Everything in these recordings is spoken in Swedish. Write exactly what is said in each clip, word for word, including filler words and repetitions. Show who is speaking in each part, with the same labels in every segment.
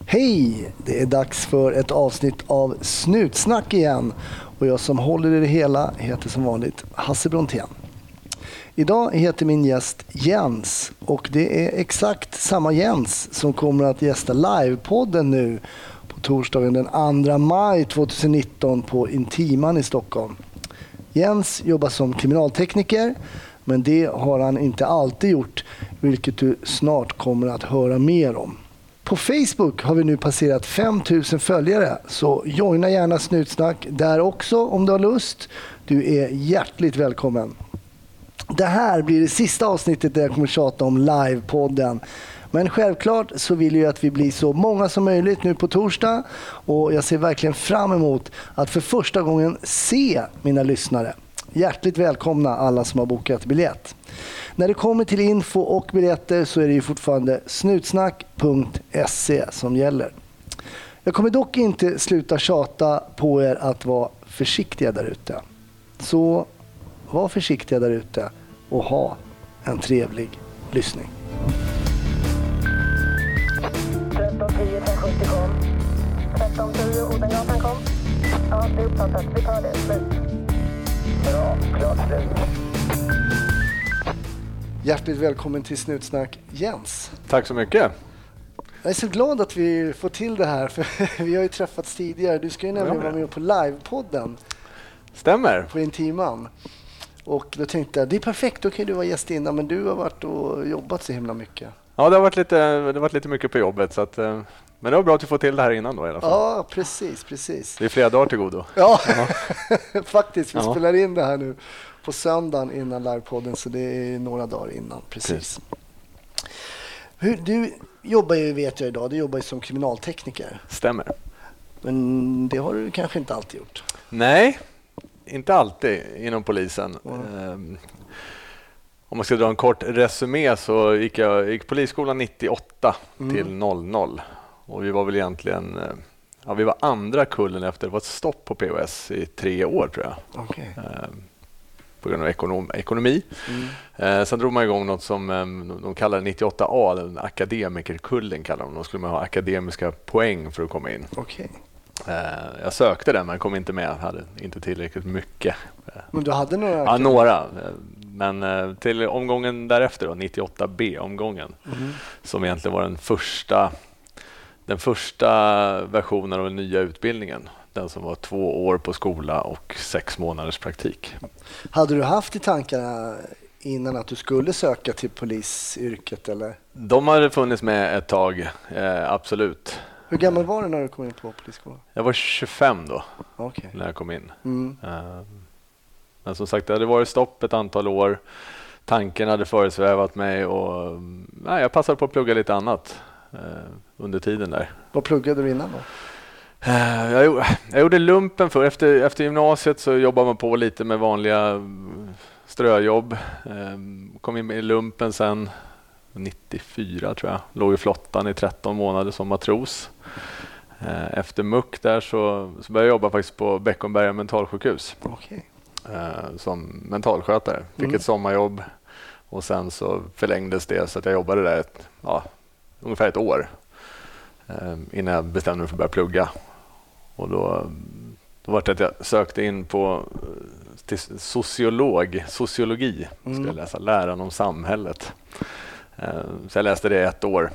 Speaker 1: Hej! Det är dags för ett avsnitt av Snutsnack igen. Och jag som håller i det hela heter som vanligt Hasse Brontén. Idag heter min gäst Jens och det är exakt samma Jens som kommer att gästa livepodden nu på torsdagen den andra maj tjugonitton på Intiman i Stockholm. Jens jobbar som kriminaltekniker, men det har han inte alltid gjort, vilket du snart kommer att höra mer om. På Facebook har vi nu passerat fem tusen följare, så joina gärna Snutsnack där också om du har lust. Du är hjärtligt välkommen. Det här blir det sista avsnittet där jag kommer tjata om livepodden. Men självklart så vill jag att vi blir så många som möjligt nu på torsdag. Och jag ser verkligen fram emot att för första gången se mina lyssnare. Hjärtligt välkomna alla som har bokat biljett. När det kommer till info och biljetter så är det ju fortfarande snutsnack punkt se som gäller. Jag kommer dock inte sluta tjata på er att vara försiktiga där ute. Så var försiktiga där ute och ha en trevlig lyssning.
Speaker 2: tretton tio femhundrasjuttio kom. tretton tio Odengatan kom. Ja, det är uppfattat. Vi tar det. Slut. Bra, klart slut.
Speaker 1: Hjärtligt välkommen till Snutsnack, Jens.
Speaker 3: Tack så mycket.
Speaker 1: Jag är så glad att vi får till det här, för vi har ju träffats tidigare. Du ska ju nämligen vara med på livepodden.
Speaker 3: Stämmer.
Speaker 1: På Intiman. Och då tänkte jag, det är perfekt, då kan du vara gäst innan, men du har varit och jobbat så himla mycket.
Speaker 3: Ja, det har varit lite, det har varit lite mycket på jobbet, så att, men det var bra att du får till det här innan då i alla fall.
Speaker 1: Ja, precis, precis.
Speaker 3: Det är flera dagar till godo.
Speaker 1: Ja, faktiskt. Vi
Speaker 3: ja.
Speaker 1: spelar in det här nu på söndagen innan livepodden, så det är några dagar innan. Precis. precis. Hur, du jobbar ju, vet jag idag, du jobbar ju som kriminaltekniker.
Speaker 3: Stämmer.
Speaker 1: Men det har du kanske inte alltid gjort.
Speaker 3: Nej, inte alltid inom polisen. Mm. Om man ska dra en kort resumé så gick jag gick polisskolan nittioåtta mm. till noll noll. Och vi var väl egentligen, ja, vi var andra kullen efter det var ett stopp på P O S i tre år tror jag.
Speaker 1: Okay.
Speaker 3: På grund av ekonom, ekonomi. Mm. Eh, sen drog man igång något som eh, de kallar nittioåtta A, den akademikerkullen kallar de. Då skulle man ha akademiska poäng för att komma in.
Speaker 1: Okay.
Speaker 3: Eh, jag sökte den men kom inte med, hade inte tillräckligt mycket.
Speaker 1: Men du hade några?
Speaker 3: Ja, några. Men eh, till omgången därefter då, nittioåtta B-omgången, mm. som egentligen var den första, den första versionen av den nya utbildningen. Den som var två år på skola och sex månaders praktik.
Speaker 1: Hade du haft i tankarna innan att du skulle söka till polisyrket? Eller?
Speaker 3: De hade funnits med ett tag, eh, absolut.
Speaker 1: Hur gammal var du när du kom in på polisskolan?
Speaker 3: Jag var tjugofem då,
Speaker 1: okay.
Speaker 3: när jag kom in.
Speaker 1: Mm.
Speaker 3: Eh, men som sagt, det hade varit stopp ett antal år. Tanken hade föresvävat mig och nej, jag passade på att plugga lite annat eh, under tiden där.
Speaker 1: Vad pluggade du innan då?
Speaker 3: Jag gjorde, jag gjorde lumpen för efter, efter gymnasiet så jobbade man på lite med vanliga ströjobb. Kom in i lumpen sen nittiofyra tror jag. Låg i flottan i tretton månader som matros. Efter muck där så, så började jag jobba faktiskt på Beckomberga mentalsjukhus.
Speaker 1: Okay.
Speaker 3: Som mentalskötare. Fick mm. ett sommarjobb och sen så förlängdes det så att jag jobbade där ett, ja, ungefär ett år. Innan jag bestämde mig för att börja plugga. Och då, då var det att jag sökte in på till sociolog, sociologi. Mm. Skulle jag läsa läran om samhället. Så jag läste det ett år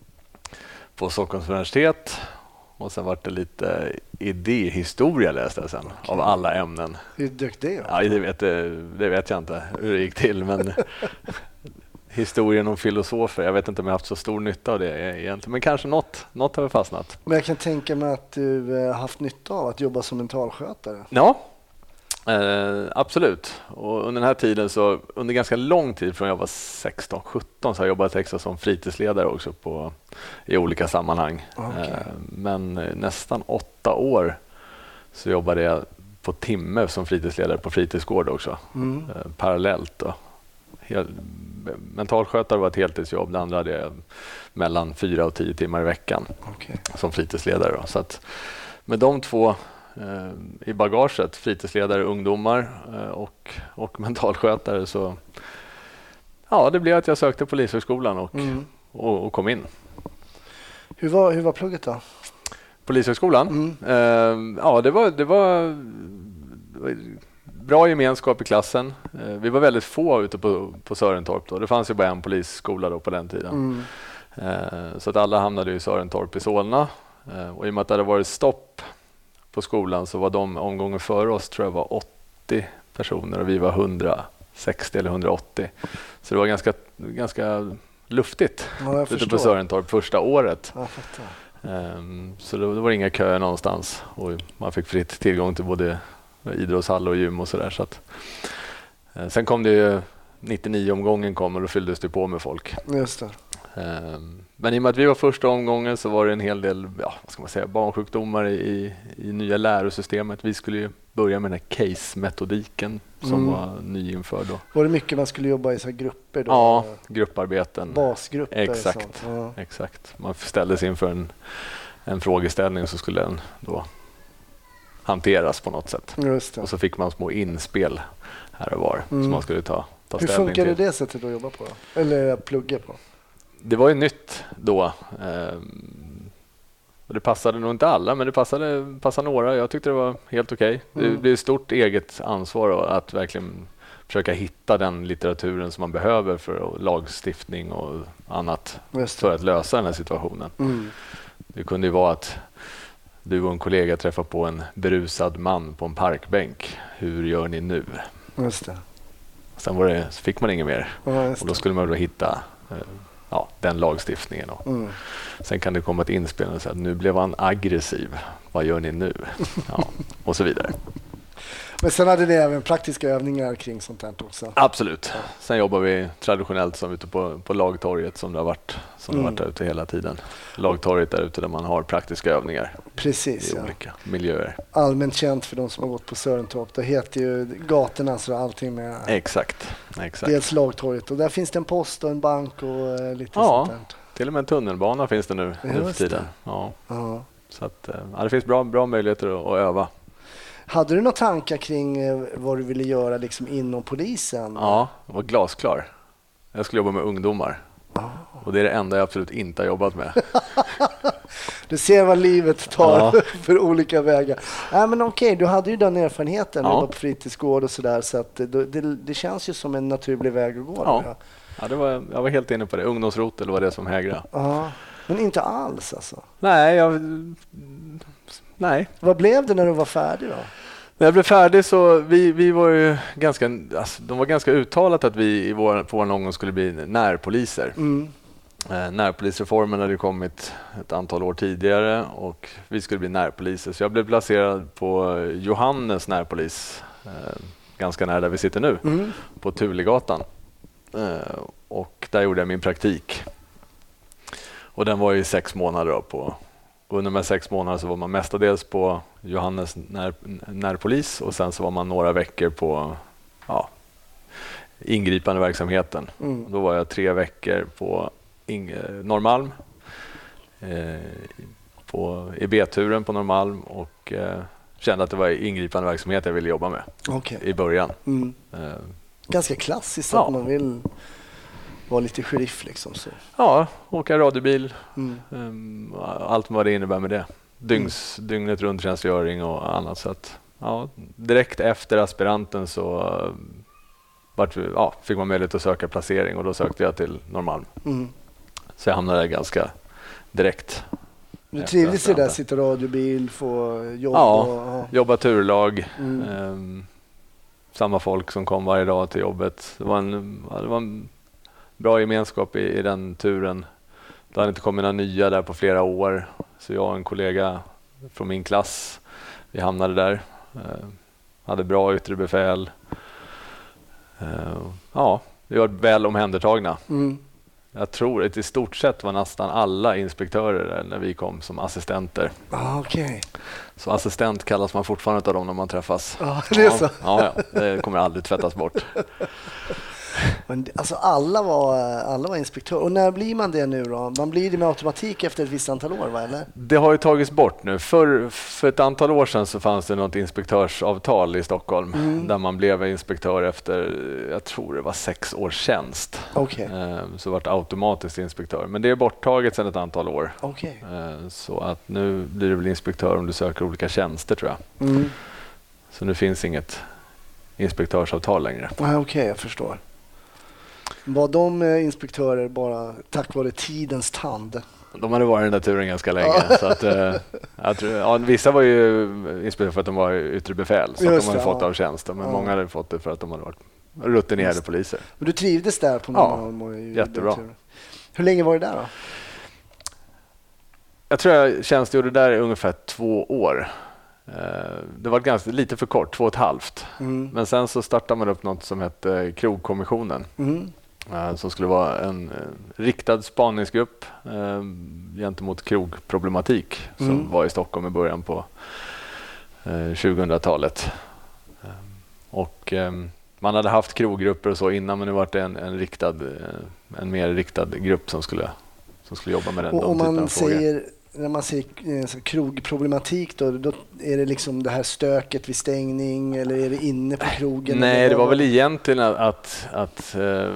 Speaker 3: på Stockholms universitet. Och sen var det lite idéhistoria läste jag sen. Okay. Av alla ämnen.
Speaker 1: Hur dök det?
Speaker 3: Ja, det vet, det vet jag inte hur det gick till. Men historien om filosofer. Jag vet inte om jag haft så stor nytta av det egentligen. Men kanske något, något har fastnat.
Speaker 1: Men jag kan tänka mig att du har haft nytta av att jobba som mentalskötare.
Speaker 3: Ja, eh, absolut. Och under den här tiden så, under ganska lång tid från jag var sexton sjutton så har jag jobbat extra som fritidsledare också på, i olika sammanhang. Okay. Eh, men nästan åtta år så jobbade jag på timme som fritidsledare på fritidsgård också. Mm. Eh, parallellt då. Hel, mentalskötare var ett heltidsjobb. Det andra hade jag mellan fyra och tio timmar i veckan. Okay. Som fritidsledare då. Så att med de två eh, i bagaget, fritidsledare, ungdomar eh, och, och mentalskötare, så ja, det blev att jag sökte polishögskolan och, mm. och, och kom in.
Speaker 1: Hur var, hur var plugget då?
Speaker 3: Polishögskolan?
Speaker 1: Mm.
Speaker 3: Eh, ja, det var, det var det var bra gemenskap i klassen. Eh, vi var väldigt få ute på, på Sörentorp då. Det fanns ju bara en polisskola då på den tiden.
Speaker 1: Mm.
Speaker 3: Eh, så att alla hamnade i Sörentorp i Solna. Eh, och i och med att det hade varit stopp på skolan så var de omgången före oss, tror jag, var åttio personer och vi var hundrasextio eller hundraåttio. Så det var ganska, ganska luftigt
Speaker 1: Ja,
Speaker 3: ute på Sörentorp första året.
Speaker 1: Jag fattar.
Speaker 3: Um, så det, det var inga köer någonstans och man fick fritt tillgång till både idrottshall och gym och sådär. Så att, uh, sen kom det ju nittionio omgången kom och då fylldes det på med folk.
Speaker 1: Just det.
Speaker 3: Um, men i och med att vi var första omgången så var det en hel del, ja, vad ska man säga, barnsjukdomar i, i nya lärosystemet. Vi skulle ju börja med den här case-metodiken som
Speaker 1: Mm.
Speaker 3: var nyinförd då.
Speaker 1: Var det mycket man skulle jobba i så här grupper då?
Speaker 3: Ja, grupparbeten.
Speaker 1: Basgrupper?
Speaker 3: Exakt,
Speaker 1: och sånt. Ja.
Speaker 3: exakt. Man ställdes inför en, en frågeställning så skulle den då hanteras på något sätt.
Speaker 1: Just det.
Speaker 3: Och så fick man små inspel här och var
Speaker 1: Mm.
Speaker 3: som man skulle ta, ta
Speaker 1: Hur
Speaker 3: ställning
Speaker 1: funkar
Speaker 3: till.
Speaker 1: det sättet att jobba på då? Eller plugga på?
Speaker 3: Det var ju nytt då. Ehm, och det passade nog inte alla, men det passade, passade några. Jag tyckte det var helt okej. Okay.
Speaker 1: Mm.
Speaker 3: Det blir ett stort eget ansvar att verkligen försöka hitta den litteraturen som man behöver för lagstiftning och annat
Speaker 1: Just det.
Speaker 3: för att lösa den här situationen.
Speaker 1: Mm.
Speaker 3: Det kunde ju vara att du och en kollega träffar på en berusad man på en parkbänk. Hur gör ni nu?
Speaker 1: Just det.
Speaker 3: Sen var det, så fick man inget mer.
Speaker 1: Ja, just
Speaker 3: Och då
Speaker 1: det.
Speaker 3: skulle man då hitta eh, ja, den lagstiftningen. Då.
Speaker 1: Mm.
Speaker 3: Sen kan det komma ett inspel och säga att nu blev han aggressiv. Vad gör ni nu? Ja, och så vidare.
Speaker 1: Men sen hade ni även praktiska övningar kring sånt här också.
Speaker 3: Absolut. Sen jobbar vi traditionellt som ute på, på lagtorget som det har varit, som
Speaker 1: Mm.
Speaker 3: det har varit där ute hela tiden. Lagtorget där ute där man har praktiska övningar
Speaker 1: Precis,
Speaker 3: i
Speaker 1: ja.
Speaker 3: olika miljöer.
Speaker 1: Allmänt känt för de som har gått på Sörentorp. Det heter ju gatorna så allting med
Speaker 3: Exakt. Exakt.
Speaker 1: dels lagtorget. Och där finns det en post och en bank och eh, lite
Speaker 3: Ja.
Speaker 1: sånt där.
Speaker 3: Till och med en tunnelbana finns det nu,
Speaker 1: Ja,
Speaker 3: nu för
Speaker 1: just
Speaker 3: tiden.
Speaker 1: det.
Speaker 3: Ja.
Speaker 1: Ja.
Speaker 3: Så att, eh, ja, det finns bra, bra möjligheter att, att öva.
Speaker 1: Hade du några tankar kring eh, vad du ville göra liksom inom polisen?
Speaker 3: Ja, jag var glasklar. Jag skulle jobba med ungdomar.
Speaker 1: Ja.
Speaker 3: Och det är det enda jag absolut inte har jobbat med.
Speaker 1: Du ser vad livet tar
Speaker 3: Ja.
Speaker 1: för olika vägar. Nej, men okej, du hade ju den erfarenheten.
Speaker 3: Ja.
Speaker 1: Du var på fritidsgård och sådär. Så att det, det, det känns ju som en naturlig väg att gå.
Speaker 3: Ja.
Speaker 1: Då.
Speaker 3: Ja, det var, jag var helt inne på det. Ungdomsrotel var det som hägrade.
Speaker 1: Ja. Men inte alls alltså.
Speaker 3: Nej, jag... Nej.
Speaker 1: Vad blev det när du var färdig då?
Speaker 3: När jag blev färdig så vi, vi var ju ganska... Alltså, de var ganska uttalat att vi i vår, på vår omgång skulle bli närpoliser.
Speaker 1: Mm.
Speaker 3: Eh, närpolisreformen hade kommit ett antal år tidigare och vi skulle bli närpoliser. Så jag blev placerad på Johannes närpolis, eh, ganska nära där vi sitter nu,
Speaker 1: Mm.
Speaker 3: på Tulegatan. Eh, och där gjorde jag min praktik. Och den var i sex månader då på... Och under de här sex månaderna så var man mestadels på Johannes när, närpolis och sen så var man några veckor på ja, ingripande verksamheten.
Speaker 1: Mm.
Speaker 3: Då var jag tre veckor på Ing- Norrmalm, eh, på, i B-turen på Norrmalm och eh, kände att det var ingripande verksamhet jag ville jobba med
Speaker 1: Okej.
Speaker 3: i början.
Speaker 1: Mm.
Speaker 3: Eh,
Speaker 1: Ganska klassiskt
Speaker 3: Ja.
Speaker 1: att man vill vara lite sheriff liksom. Så.
Speaker 3: ja, åka radiobil,
Speaker 1: Mm.
Speaker 3: um, allt vad det innebär med det. Dygns, mm. Dygnet runt tjänstgöring och annat. Så att, ja, direkt efter aspiranten så uh, vart vi, ja, fick man möjlighet att söka placering och då sökte jag till Norrmalm.
Speaker 1: Mm.
Speaker 3: Så jag hamnade där ganska direkt.
Speaker 1: Du
Speaker 3: efter
Speaker 1: trivdes i det där,
Speaker 3: aspiranten.
Speaker 1: sitta radiobil, få jobb
Speaker 3: Ja.
Speaker 1: och... Ja.
Speaker 3: Jobba turlag.
Speaker 1: Mm.
Speaker 3: Um, samma folk som kom varje dag till jobbet. Det var en, ja, det var en bra gemenskap i, i den turen. Det hade inte kommit några nya där på flera år. Så jag och en kollega från min klass, vi hamnade där. Uh, hade bra yttre befäl. Uh, ja, vi var väl omhändertagna.
Speaker 1: Mm.
Speaker 3: Jag tror att i stort sett var nästan alla inspektörer där när vi kom som assistenter.
Speaker 1: Ah, okej.
Speaker 3: Så assistent kallas man fortfarande av dem när man träffas.
Speaker 1: Ja, det är så.
Speaker 3: Ja, ja, det kommer aldrig tvättas bort.
Speaker 1: Men alltså alla var, alla var inspektör. Och när blir man det nu då? Man blir det med automatik efter ett visst antal år, va? Eller?
Speaker 3: Det har ju tagits bort nu. För, för ett antal år sedan så fanns det något inspektörsavtal i Stockholm mm. där man blev inspektör efter, jag tror det var sex års tjänst.
Speaker 1: Okay.
Speaker 3: Så vart automatiskt inspektör. Men det är borttaget sedan ett antal år.
Speaker 1: Okay.
Speaker 3: Så att nu blir det väl inspektör om du söker olika tjänster, tror jag. Mm. Så nu finns inget inspektörsavtal längre.
Speaker 1: Ah, Okej, okay, jag förstår. Var de inspektörer bara tack vare tidens tand?
Speaker 3: De hade varit i den där turen ganska länge. så att, eh, jag tror, ja, vissa var ju inspektörer för att de var yttre befäl. Så att de hade det, fått ja. av tjänsten. Men ja. många hade fått det för att de hade varit rutinerade Just. poliser.
Speaker 1: Men du trivdes där på någon
Speaker 3: Ja, jättebra.
Speaker 1: Hur länge var det där då?
Speaker 3: Jag tror jag tjänstgjorde där i ungefär två år. Det var ganska lite för kort, två och ett halvt. Mm. Men sen så startade man upp något som hette Krogkommissionen. Mm. Som skulle vara en riktad spaningsgrupp eh, gentemot krogproblematik som mm. var i Stockholm i början på eh, tjugohundratalet. Eh, och eh, man hade haft kroggrupper och så innan, men nu var det en, en, riktad, eh, en mer riktad grupp som skulle, som skulle jobba med den.
Speaker 1: Och om man säger, när man säger eh, krogproblematik då, då är det liksom det här stöket vid stängning eller är det inne på krogen?
Speaker 3: Nej, det var väl egentligen att, att, att eh,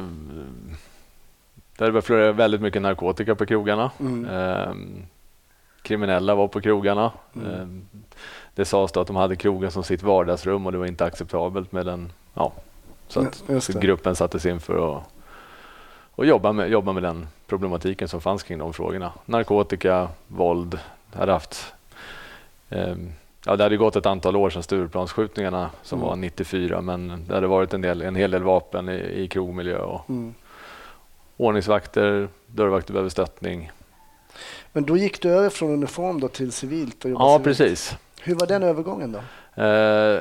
Speaker 3: där det flödade väldigt mycket narkotika på krogarna. Mm. Eh, kriminella var på krogarna. Mm. Eh, det sades då att de hade krogen som sitt vardagsrum och det var inte acceptabelt med den. Ja, så att ja, så gruppen sattes in för att och jobba med, jobba med den problematiken som fanns kring de frågorna. Narkotika, våld, hade haft eh, ja, det hade gått ett antal år sedan Stureplansskjutningarna som mm. var nittiofyra, men det hade varit en, del, en hel del vapen i, i krogmiljö och mm. ordningsvakter, dörrvakter behöver stöttning.
Speaker 1: Men då gick du över från uniform då till civilt? Och
Speaker 3: ja,
Speaker 1: civilt.
Speaker 3: Precis.
Speaker 1: Hur var den övergången då?
Speaker 3: Eh,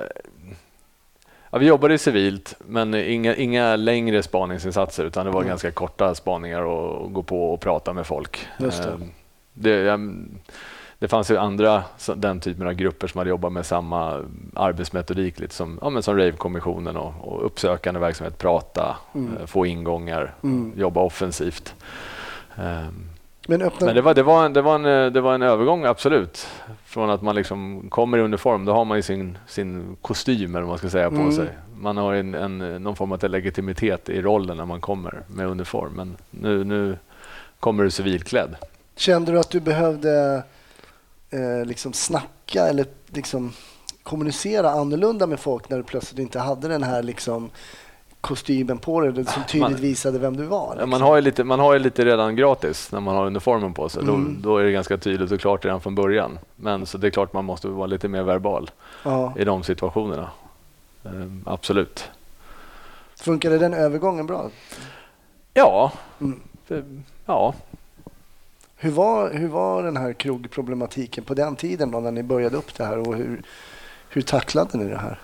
Speaker 3: ja, vi jobbade civilt, men inga, inga längre spaningsinsatser utan det var mm. ganska korta spaningar och, och gå på och prata med folk.
Speaker 1: Just det.
Speaker 3: Eh, det, jag, det fanns ju andra den typen av grupper som hade jobbat med samma arbetsmetodik, lite som, ja, men som Rave-kommissionen och, och uppsökande verksamhet, prata, mm. eh, få ingångar, mm. jobba offensivt. Eh, Men, öppna... Men det, var, det, var en, det, var en, det var en övergång, absolut. Från att man liksom kommer i uniform, då har man ju sin, sin kostym, eller man ska säga, på mm. sig. Man har en, en, någon form av legitimitet i rollen när man kommer med uniform. Men nu, nu kommer du civilklädd.
Speaker 1: Kände du att du behövde eh, liksom snacka eller liksom kommunicera annorlunda med folk när du plötsligt inte hade den här liksom kostymen på dig som tydligt man, visade vem du var? Liksom.
Speaker 3: Man har ju lite, man har ju lite redan gratis när man har uniformen på sig. Mm. Då, då är det ganska tydligt och klart redan från början. Men så det är klart man måste vara lite mer verbal ja. i de situationerna. Ehm, absolut.
Speaker 1: Funkade den övergången bra?
Speaker 3: Ja. Mm. För, ja.
Speaker 1: Hur var, hur var den här krogproblematiken på den tiden då, när ni började upp det här, och hur, hur tacklade ni det här?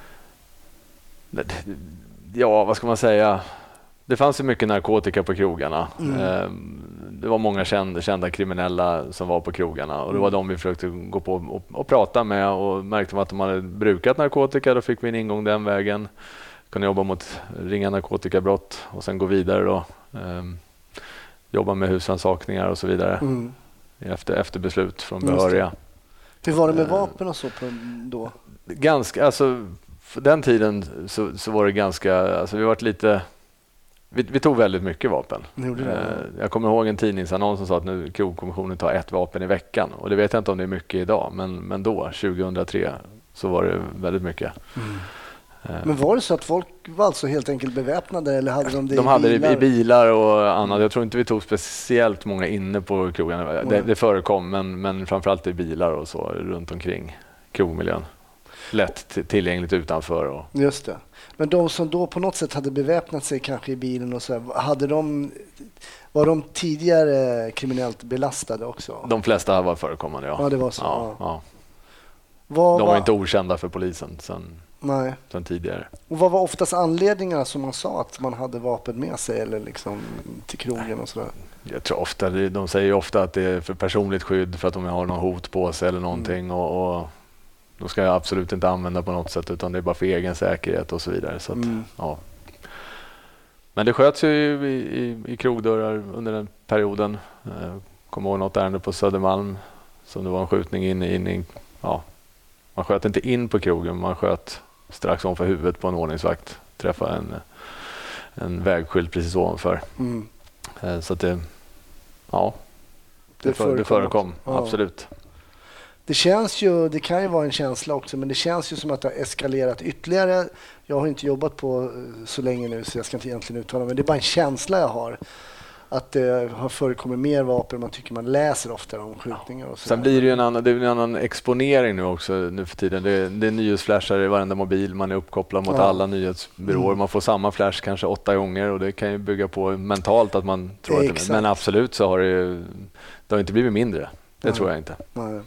Speaker 3: Ja, vad ska man säga? Det fanns ju mycket narkotika på krogarna. Mm. Det var många kända, kända kriminella som var på krogarna. Och det var mm. de vi försökte gå på och, och prata med. Och märkte man att de hade brukat narkotika, då fick vi en ingång den vägen. Kunde jobba mot ringa narkotikabrott och sen gå vidare då. Um, jobba med husrannsakningar och så vidare. Mm. Efter, efter beslut från behöriga.
Speaker 1: Hur var det med vapen och så på då?
Speaker 3: Ganska, alltså... För den tiden så, så var det ganska, alltså vi varit lite, vi, vi tog väldigt mycket vapen. Eh, jag kommer ihåg en tidningsannons som sa att nu krogkommissionen tar ett vapen i veckan, och det vet jag inte om det är mycket idag, men, men då, tjugohundratre, så var det väldigt mycket. Mm. Eh. Men
Speaker 1: var det så att folk var alltså helt enkelt beväpnade, eller hade de det
Speaker 3: de
Speaker 1: i
Speaker 3: hade
Speaker 1: bilar?
Speaker 3: det i bilar och annat. Jag tror inte vi tog speciellt många inne på krogarna. Mm. Det, det förekom, men, men framförallt i bilar och så runt omkring krogmiljön. Lätt tillgängligt utanför. Och...
Speaker 1: Just det. Men de som då på något sätt hade beväpnat sig kanske i bilen och så här, hade de, var de tidigare kriminellt belastade också?
Speaker 3: De flesta var förekommande, ja.
Speaker 1: Ja, det var så.
Speaker 3: Ja,
Speaker 1: ja.
Speaker 3: Ja.
Speaker 1: Vad
Speaker 3: de var
Speaker 1: var
Speaker 3: inte okända för polisen sen,
Speaker 1: Nej.
Speaker 3: sen tidigare.
Speaker 1: Och vad var oftast anledningarna som man sa att man hade vapen med sig eller liksom till krogen och sådär?
Speaker 3: Jag tror ofta, de säger ju ofta att det är för personligt skydd, för att de har någon hot på sig eller någonting. Mm. och, och Då ska jag absolut inte använda på något sätt, utan det är bara för egen säkerhet och så vidare. Så att,
Speaker 1: mm.
Speaker 3: ja. Men det sköts ju i, i, i krogdörrar under den perioden. Eh, kommer ihåg något ärende på Södermalm som det var en skjutning in i, in i ja, man sköt inte in på krogen, man sköt strax ovanför huvudet på en ordningsvakt, träffade en, en vägskylt precis ovanför. Mm. Eh, så att det, ja, det, det, för, det förekom, ja. Absolut.
Speaker 1: Det känns ju, det kan ju vara en känsla också, men det känns ju som att det har eskalerat ytterligare. Jag har inte jobbat på så länge nu så jag ska inte egentligen uttala, men det är bara en känsla jag har. Att det har förekommit mer vapen, man tycker man läser ofta om skjutningar. Och så
Speaker 3: Sen blir det ju en annan, det är en annan exponering nu också nu för tiden. Det är, det är nyhetsflashar i varenda mobil, man är uppkopplad mot ja. alla nyhetsbyråer. Mm. Man får samma flash kanske åtta gånger och det kan ju bygga på mentalt att man tror Exakt. att det är. Men absolut så har det ju, det har inte blivit mindre. Det Nej. tror jag inte. Nej.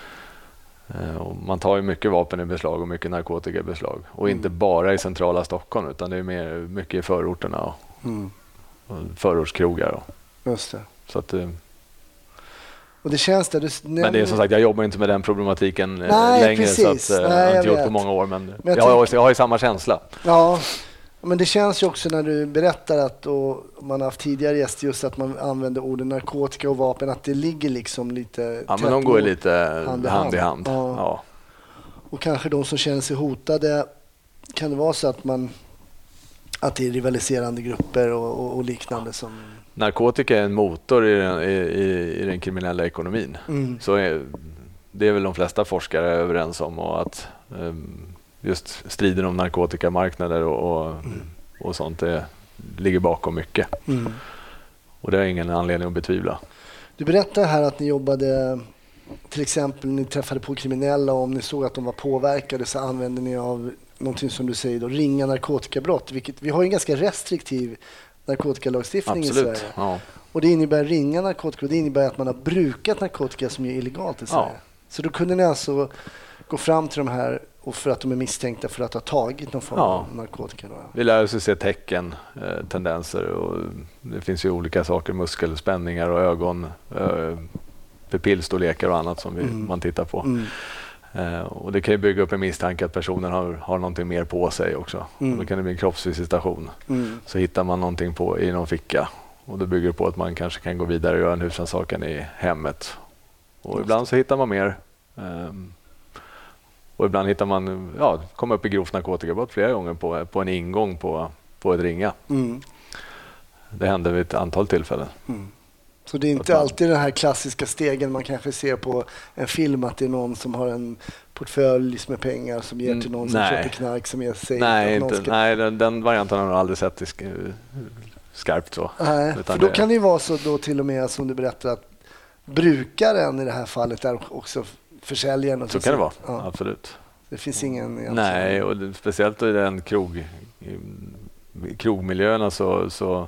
Speaker 3: Och man tar ju mycket vapen i beslag och mycket narkotika i beslag. Och mm. inte bara i centrala Stockholm utan det är mer, mycket i förorterna och, mm. och förortskrogar. Och.
Speaker 1: Just det.
Speaker 3: Så att,
Speaker 1: och det känns där du nämner...
Speaker 3: Men det är som sagt, jag jobbar inte med den problematiken Nej, längre
Speaker 1: precis.
Speaker 3: så att,
Speaker 1: Nej,
Speaker 3: jag har inte
Speaker 1: jag
Speaker 3: gjort
Speaker 1: vet.
Speaker 3: på många år men,
Speaker 1: men jag,
Speaker 3: jag, har, jag har ju samma känsla.
Speaker 1: Ja, men det känns ju också när du berättar att och man har haft tidigare gäster just att man använder orden narkotika och vapen, att det ligger liksom lite
Speaker 3: Ja, men de går lite hand i hand. hand, i hand. Ja. Ja.
Speaker 1: Och kanske de som känner sig hotade, kan det vara så att man att det är rivaliserande grupper och, och, och liknande som...
Speaker 3: Narkotika är en motor i den, i, i, i den kriminella ekonomin. Mm. Så är, det är väl de flesta forskare överens om och att um, just striden om narkotikamarknader och, och, mm. och sånt det ligger bakom mycket. Mm. Och det är ingen anledning att betvivla.
Speaker 1: Du berättade här att ni jobbade, till exempel ni träffade på kriminella och om ni såg att de var påverkade så använde ni av någonting som du säger då, ringa narkotikabrott. Vilket, vi har en ganska restriktiv narkotikalagstiftning
Speaker 3: Absolut.
Speaker 1: i Sverige.
Speaker 3: Ja.
Speaker 1: Och det innebär ringa narkotika och det innebär att man har brukat narkotika som är illegalt i Sverige. Ja. Så då kunde ni alltså gå fram till de här och för att de är misstänkta för att ha tagit någon form ja. av narkotika. Då.
Speaker 3: Vi lär oss att se tecken, eh, tendenser och det finns ju olika saker, muskelspänningar och ögon, eh, pupillstorlekar och annat som vi, mm. man tittar på. Mm. Eh, och det kan ju bygga upp en misstanke att personen har, har någonting mer på sig också. Mm. Då kan det bli en kroppsvisitation. Mm. Så hittar man någonting på, i någon ficka och då bygger det på att man kanske kan gå vidare och göra en husrannsakan i hemmet. Och Just ibland så hittar man mer. Eh, och ibland hittar man, ja, kommer upp i grovt narkotikabrott flera gånger på, på en ingång på, på ett ringa. Mm. Det händer vid ett antal tillfällen. Mm.
Speaker 1: Så det är inte alltid den här klassiska stegen man kanske ser på en film att det är någon som har en portfölj med pengar som ger till någon som
Speaker 3: nej.
Speaker 1: köper knark som ger sig.
Speaker 3: Nej, inte, ska... nej den, den varianten har jag aldrig sett i sk- skarpt så.
Speaker 1: Nej,
Speaker 3: Utan
Speaker 1: för då
Speaker 3: det...
Speaker 1: kan det ju vara så då till och med som du berättar att brukaren i det här fallet är också försäljaren. Och
Speaker 3: så, så kan det vara, ja. Absolut.
Speaker 1: Det finns ingen... Egentligen.
Speaker 3: Nej, och det, speciellt i den krog, i, i krogmiljöerna så... så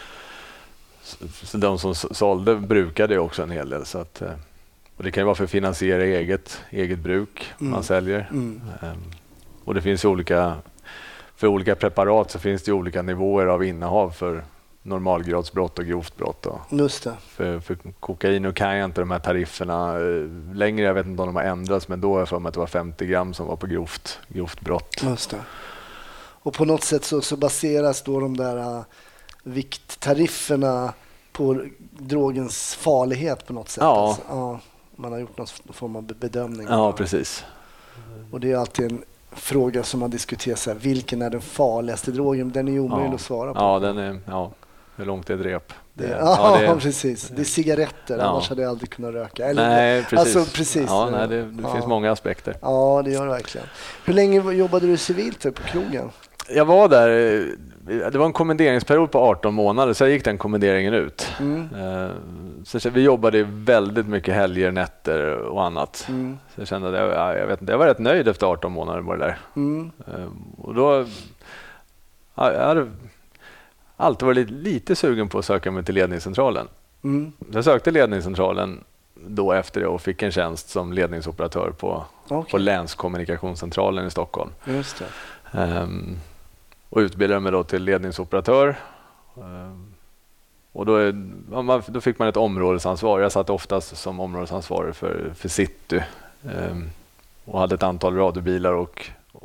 Speaker 3: Så de som sålde brukade också en hel del. Så att, och det kan ju vara för att finansiera eget, eget bruk mm. man säljer. Mm. Um, och det finns ju olika, för olika preparat så finns det olika nivåer av innehav för normalgradsbrott och grovt brott. Då.
Speaker 1: Just det.
Speaker 3: För, för kokain och kan jag inte de här tarifferna uh, längre, jag vet inte om de har ändrats, men då är jag för mig att det var femtio gram som var på grovt, grovt brott.
Speaker 1: Just det. Och på något sätt så, så baseras då de där uh, vikttarifferna på drogens farlighet på något sätt.
Speaker 3: Ja.
Speaker 1: Alltså, ja, man har gjort någon form av bedömning.
Speaker 3: Ja, precis.
Speaker 1: Och det är alltid en fråga som man diskuterar så här, vilken är den farligaste drogen? Den är ju omöjlig
Speaker 3: ja.
Speaker 1: att svara på.
Speaker 3: Ja, den är, ja, hur långt är drep?
Speaker 1: Det, det, ja, ja, det, precis. Det är cigaretter, ja. Annars hade jag aldrig kunnat röka. Eller,
Speaker 3: nej, precis.
Speaker 1: Alltså, precis.
Speaker 3: Ja, nej, det, det ja. finns många aspekter.
Speaker 1: Ja, det gör det verkligen. Hur länge jobbade du civilt på krogen?
Speaker 3: Jag var där, det var en kommenderingsperiod på arton månader, så jag gick den kommenderingen ut. Mm. Så vi jobbade väldigt mycket helger, nätter och annat. Mm. Så jag kände att jag, jag, vet inte, jag var rätt nöjd efter arton månader med det där. Mm. Och då, jag hade alltid varit lite, lite sugen på att söka mig till ledningscentralen. Mm. Jag sökte ledningscentralen då efter det och fick en tjänst som ledningsoperatör på, okay. på länskommunikationscentralen i Stockholm.
Speaker 1: Just det.
Speaker 3: Um, och utbildade mig då till ledningsoperatör. Um, och då, är, man, då fick man ett områdesansvar. Jag satt oftast som områdesansvarig för, för city um, och hade ett antal radiobilar och,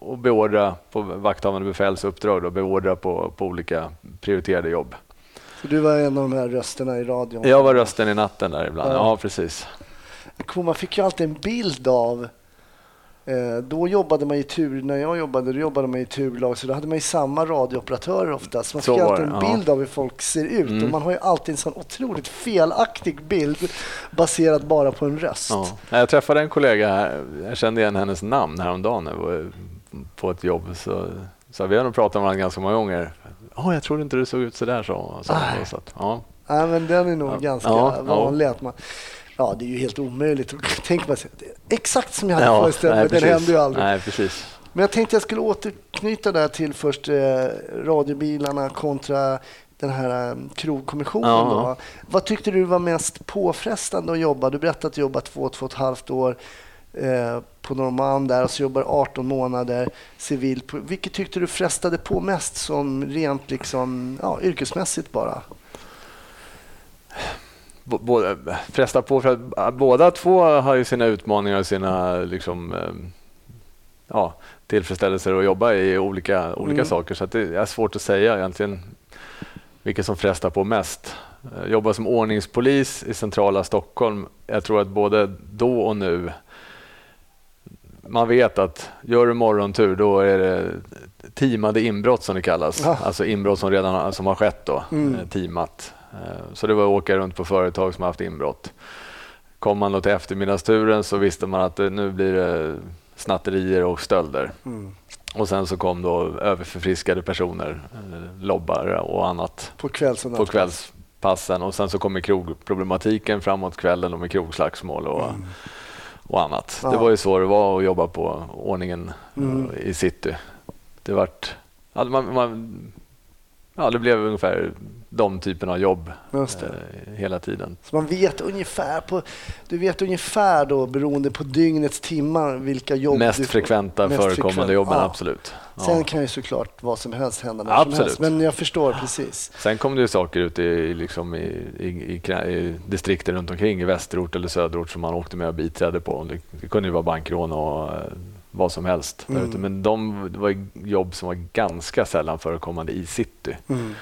Speaker 3: och beordra på vakthavande befälsuppdrag och beordra på, på olika prioriterade jobb.
Speaker 1: Så du var en av de här rösterna i radion?
Speaker 3: Jag var rösten i natten där ibland, ja, ja precis.
Speaker 1: Man fick ju alltid en bild av, eh, då jobbade man i tur, när jag jobbade, då jobbade man i turlag, så då hade man ju samma radiooperatörer ofta. Så man fick så alltid en bild ja. av hur folk ser ut mm. och man har ju alltid en sån otroligt felaktig bild baserad bara på en röst.
Speaker 3: Ja. Jag träffade en kollega här, jag kände igen hennes namn häromdagen när jag var på ett jobb, så, så vi har nog pratat om varandra ganska många gånger. Oh, jag trodde inte det såg ut så där så. så, så att, ja.
Speaker 1: Ja, men den är nog ja. ganska
Speaker 3: ja,
Speaker 1: vanlig
Speaker 3: ja.
Speaker 1: att man... Ja, det är ju helt omöjligt. Tänk man sig, exakt som jag hade
Speaker 3: ja,
Speaker 1: föreställt mig, den hände ju aldrig.
Speaker 3: Nej, precis.
Speaker 1: Men jag tänkte jag skulle återknyta där till först eh, radiobilarna kontra den här eh, krogkommissionen.
Speaker 3: Ja.
Speaker 1: Då. Vad tyckte du var mest påfrestande att jobba? Du berättade att du jobbat två, två och ett halvt år eh, på Norrmalm där och så jobbar arton månader civilt. Vilket tyckte du frestade på mest som rent liksom, ja, yrkesmässigt bara?
Speaker 3: Både, fresta på för att båda två har ju sina utmaningar och sina liksom, ja, tillfredsställelser att jobba i olika, olika mm. saker, så att det är svårt att säga egentligen vilket som frestar på mest. Jag jobbar som ordningspolis i centrala Stockholm. Jag tror att både då och nu man vet att gör du morgontur då är det teamade inbrott som det kallas. Ja. Alltså inbrott som redan har, som har skett då, mm. teamat. Så det var att åka runt på företag som har haft inbrott. Kom man då till eftermiddagsturen så visste man att det, nu blir det snatterier och stölder. Mm. Och sen så kom då överförfriskade personer, lobbar och annat
Speaker 1: på, kvälls och
Speaker 3: på kvällspassen. Och sen så kommer krogproblematiken framåt kvällen och med krogslagsmål och, mm. och annat. Ja. Det var ju så det var att jobba på ordningen mm. i city. Det vart, ja, man, man, ja, det blev ungefär de typen av jobb eh, hela tiden.
Speaker 1: Så man vet ungefär på, du vet ungefär då beroende på dygnets timmar vilka jobb
Speaker 3: mest
Speaker 1: du
Speaker 3: frekventa mest förekommande frekvent. jobben, ja. absolut. Ja.
Speaker 1: Sen kan ju såklart vad som helst hända när
Speaker 3: absolut.
Speaker 1: som helst, men jag förstår precis.
Speaker 3: Sen kom det ju saker ut i, liksom i, i, i, i distrikter runt omkring i västerort eller söderort som man åkte med och biträdde på. Det, det kunde ju vara bankrån och vad som helst. Mm. Men de det var jobb som var ganska sällan förekommande i city. Mm.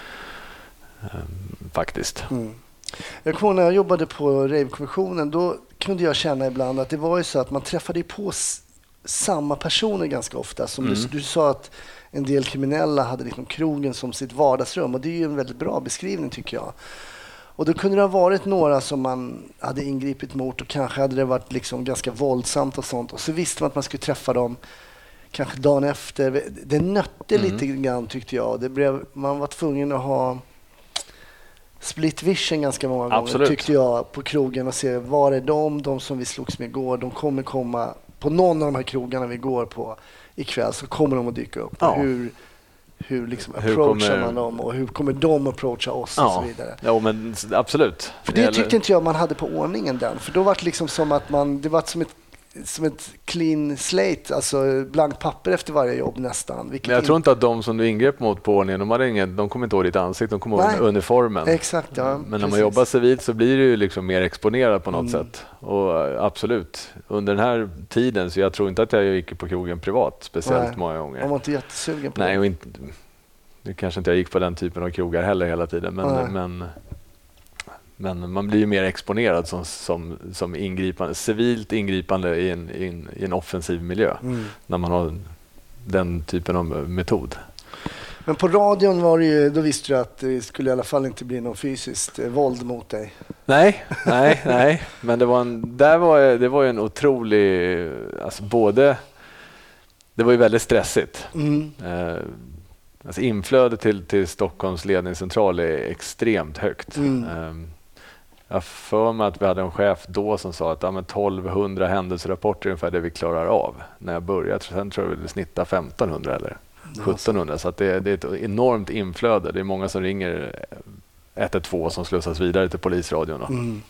Speaker 3: Um, faktiskt. Mm.
Speaker 1: Jag kommer när jag jobbade på Rave-kommissionen, då kunde jag känna ibland att det var ju så att man träffade på s- samma personer ganska ofta. Som mm. du, du sa att en del kriminella hade liksom krogen som sitt vardagsrum, och det är ju en väldigt bra beskrivning tycker jag. Och då kunde det ha varit några som man hade ingripit mot och kanske hade det varit liksom ganska våldsamt och sånt. Och så visste man att man skulle träffa dem kanske dagen efter. Det nötte mm. lite grann tyckte jag. Det blev, man var tvungen att ha split vision ganska många
Speaker 3: Absolut.
Speaker 1: gånger tyckte jag på krogen och se var är de, de som vi slogs med igår. De kommer komma på någon av de här krogarna vi går på ikväll, så kommer de att dyka upp. Ja. Hur, hur liksom hur approachar kommer... man dem och hur kommer de approacha oss ja. och så vidare.
Speaker 3: Ja, men absolut.
Speaker 1: För det, det tyckte inte jag man hade på ordningen den. För då var det liksom som att man, det var som ett som ett clean slate, alltså blankt papper efter varje jobb nästan.
Speaker 3: Men jag in... tror inte att de som du ingrep mot på ordningen, de, hade ingen, de kommer inte ihåg ditt ansikte, de kommer ihåg uniformen.
Speaker 1: Exakt, ja.
Speaker 3: Men
Speaker 1: precis.
Speaker 3: när man jobbar civilt så blir det ju liksom mer exponerad på något mm. sätt. Och absolut, under den här tiden, så jag tror inte att jag gick på krogen privat speciellt Nej. många gånger.
Speaker 1: Man var inte jättesugen på
Speaker 3: Nej,
Speaker 1: det.
Speaker 3: Och inte, det kanske inte jag gick på den typen av krogar heller hela tiden, men, men Men man blir ju mer exponerad som, som, som ingripande, civilt ingripande i en, i en, i en offensiv miljö mm. när man har den typen av metod.
Speaker 1: Men på radion var det ju, då visste du att det skulle i alla fall inte bli någon fysiskt eh, våld mot dig.
Speaker 3: Nej, nej, nej. Men det var en, där var, det var ju en otrolig, alltså både, det var ju väldigt stressigt. Mm. Eh, alltså inflödet till, till Stockholms ledningscentral är extremt högt. Mm. Eh, Jag för mig att vi hade en chef då som sa att ja, men tolvhundra händelserapporter är ungefär det vi klarar av när jag började. Sen tror jag vi snittade femtonhundra eller sjuttonhundra. Så att det, det är ett enormt inflöde. Det är många som ringer ett ett två som slussas vidare till polisradion. Mm.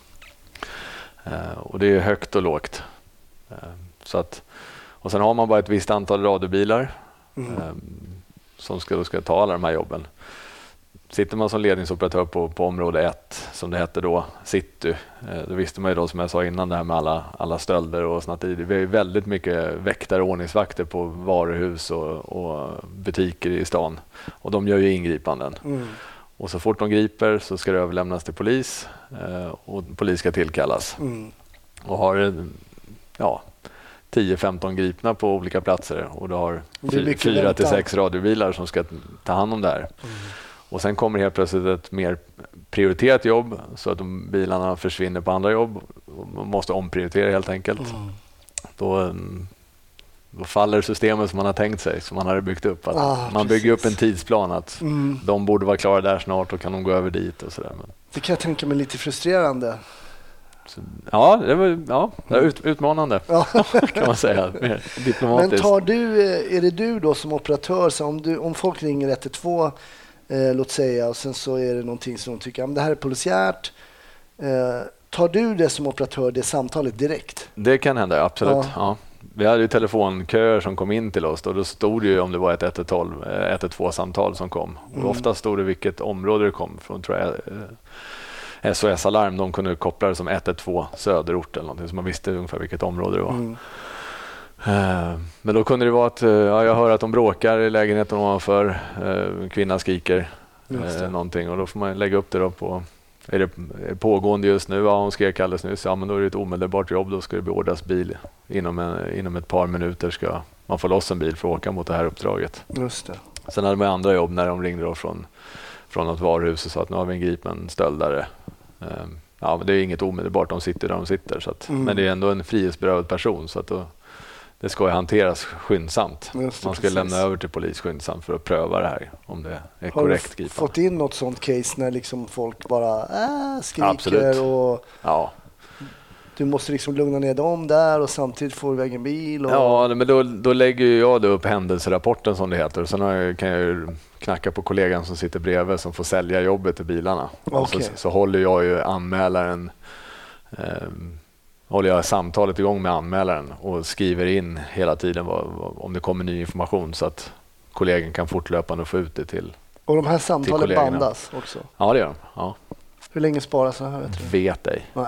Speaker 3: Uh, och det är högt och lågt. Uh, så att, och sen har man bara ett visst antal radiobilar mm. uh, som ska, ska ta alla de här jobben. sitter man som ledningsoperatör på, på område ett, som det hette då, city, eh, då visste man ju då, som jag sa innan, det här med alla, alla stölder och snatteri. Vi har ju väldigt mycket väktare och ordningsvakter på varuhus och, och butiker i stan. Och de gör ju ingripanden. Mm. Och så fort de griper så ska det överlämnas till polis eh, och polis ska tillkallas. Mm. Och har ja, tio femton gripna på olika platser och du har fyra till sex radiobilar som ska ta hand om det här. Mm. Och sen kommer helt plötsligt ett mer prioriterat jobb så att de bilarna försvinner på andra jobb. Man måste omprioritera helt enkelt. Mm. Då, då faller systemet som man har tänkt sig, som man hade byggt upp. Att ah, man bygger upp en tidsplan att mm. de borde vara klara där snart och kan de gå över dit och sådär. Men
Speaker 1: det kan jag tänka mig lite frustrerande.
Speaker 3: Så, ja, det var ja, det var ut, utmanande ja. kan man säga. Mer diplomatiskt.
Speaker 1: Men tar du, är det du då som operatör, så om, du, om folk ringer ett ett två, eh, låt säga, och sen så är det någonting som de tycker, ja, men det här är polisiärt. Eh, tar du det som operatör, det samtalet direkt?
Speaker 3: Det kan hända, absolut. Ja. Ja. Vi hade ju telefonköer som kom in till oss och då stod det ju om det var ett ett ett två-samtal som kom. Mm. Och ofta stod det vilket område det kom från, tror jag. S O S-alarm, de kunde koppla det som ett ett två söderort eller någonting, så man visste ungefär vilket område det var. Mm. Uh, men då kunde det vara att uh, ja, jag hör att de bråkar i lägenheten ovanför, uh, kvinnan skriker uh, någonting och då får man lägga upp det då på, är det pågående just nu? Ja, hon skrek alldeles nyss. Ja, men då är det ett omedelbart jobb, då ska det beordras bil. Inom, en, inom ett par minuter ska man få loss en bil för att åka mot det här uppdraget.
Speaker 1: Just det.
Speaker 3: Sen hade man andra jobb när de ringde då från, från något varuhus och sa att nu har vi en gripen stöldare. Ja, men det är inget omedelbart, de sitter där de sitter. Så att, mm. Men det är ändå en frihetsberövad person så att då, det ska ju hanteras skyndsamt. Man ska precis. lämna över till polis skyndsamt för att pröva det här, om det är har korrekt gripen.
Speaker 1: Har du fått in något sånt case när liksom folk bara äh, skriker? Absolut. Och
Speaker 3: ja.
Speaker 1: Du måste liksom lugna ner dem där och samtidigt få iväg en bil? Och
Speaker 3: ja, men då, då lägger jag då upp händelserapporten som det heter. Sen har jag, kan jag ju knacka på kollegan som sitter bredvid som får sälja jobbet till bilarna. Okay. Så, så håller jag ju anmälaren, eh, håller jag samtalet igång med anmälaren och skriver in hela tiden vad, vad, om det kommer ny information så att kollegan kan fortlöpande få ut det till.
Speaker 1: Och de här samtalen bandas också?
Speaker 3: Ja, det gör de. Ja.
Speaker 1: Hur länge sparas det här? Vet du?
Speaker 3: Vet ej.
Speaker 1: Nej.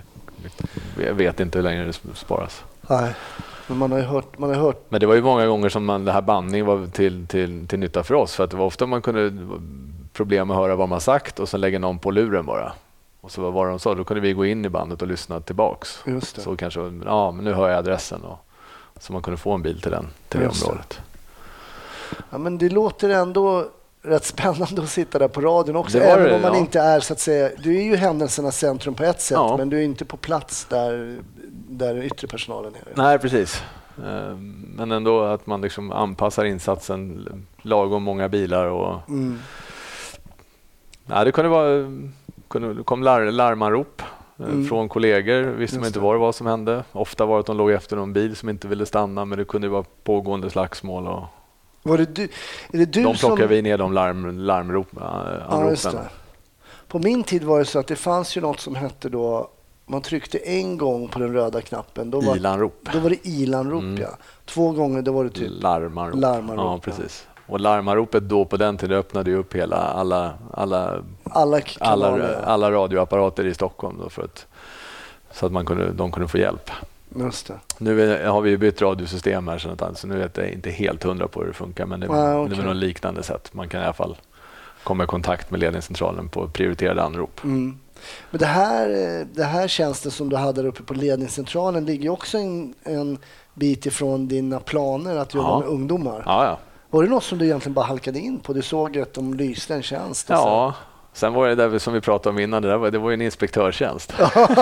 Speaker 3: Jag vet inte hur länge det sparas.
Speaker 1: Nej, men man har ju hört, man har hört.
Speaker 3: Men det var ju många gånger som man, det här bandning var till, till, till nytta för oss. För att det var ofta man kunde problem att höra vad man sagt och sen lägga någon på luren bara. Och så vad var det de sa? Då kunde vi gå in i bandet och lyssna tillbaks.
Speaker 1: Just det.
Speaker 3: Så kanske, ja men nu hör jag adressen. Och, så man kunde få en bil till den, till det området.
Speaker 1: Ja, men det låter ändå rätt spännande att sitta där på radion också, även det, om man ja. inte är så att säga, du är ju händelsernas centrum på ett sätt, ja. men du är inte på plats där, där yttre personalen är.
Speaker 3: Nej, precis. Men ändå att man liksom anpassar insatsen lagom många bilar och mm. ja, det kunde vara kunde, kom lar, larmanrop mm. från kollegor, visste man inte vad det var som hände. Ofta var det att de låg efter någon bil som inte ville stanna, men det kunde vara pågående slagsmål och
Speaker 1: var det du, är det du
Speaker 3: de plockar
Speaker 1: som
Speaker 3: vi ner de larm, larmropen. Ja,
Speaker 1: på min tid var det så att det fanns ju något som hette då, man tryckte en gång på den röda knappen. Då var,
Speaker 3: ilanrop.
Speaker 1: Då var det ilanrop, mm. ja. Två gånger då var det typ
Speaker 3: larmanrop.
Speaker 1: larmanrop
Speaker 3: ja, precis. Och larmanropet då på den tiden öppnade ju upp hela alla, alla,
Speaker 1: alla,
Speaker 3: alla, alla radioapparater i Stockholm då för att, så att man kunde, de kunde få hjälp.
Speaker 1: Just det.
Speaker 3: Nu är, har vi ju bytt radiosystem här så, så nu vet jag inte helt hundra på hur det funkar, men det,
Speaker 1: ah, okay.
Speaker 3: det är något liknande sätt. Man kan i alla fall komma i kontakt med ledningscentralen på prioriterade anrop.
Speaker 1: Mm. Men det här, det här tjänsten som du hade där uppe på ledningscentralen ligger ju också en, en bit ifrån dina planer att jobba ja. med ungdomar.
Speaker 3: Ja, ja.
Speaker 1: Var det något som du egentligen bara halkade in på? Du såg att de lyste en tjänst?
Speaker 3: Ja, sen var det där som vi pratade om innan, det, där var, det var ju en inspektörtjänst.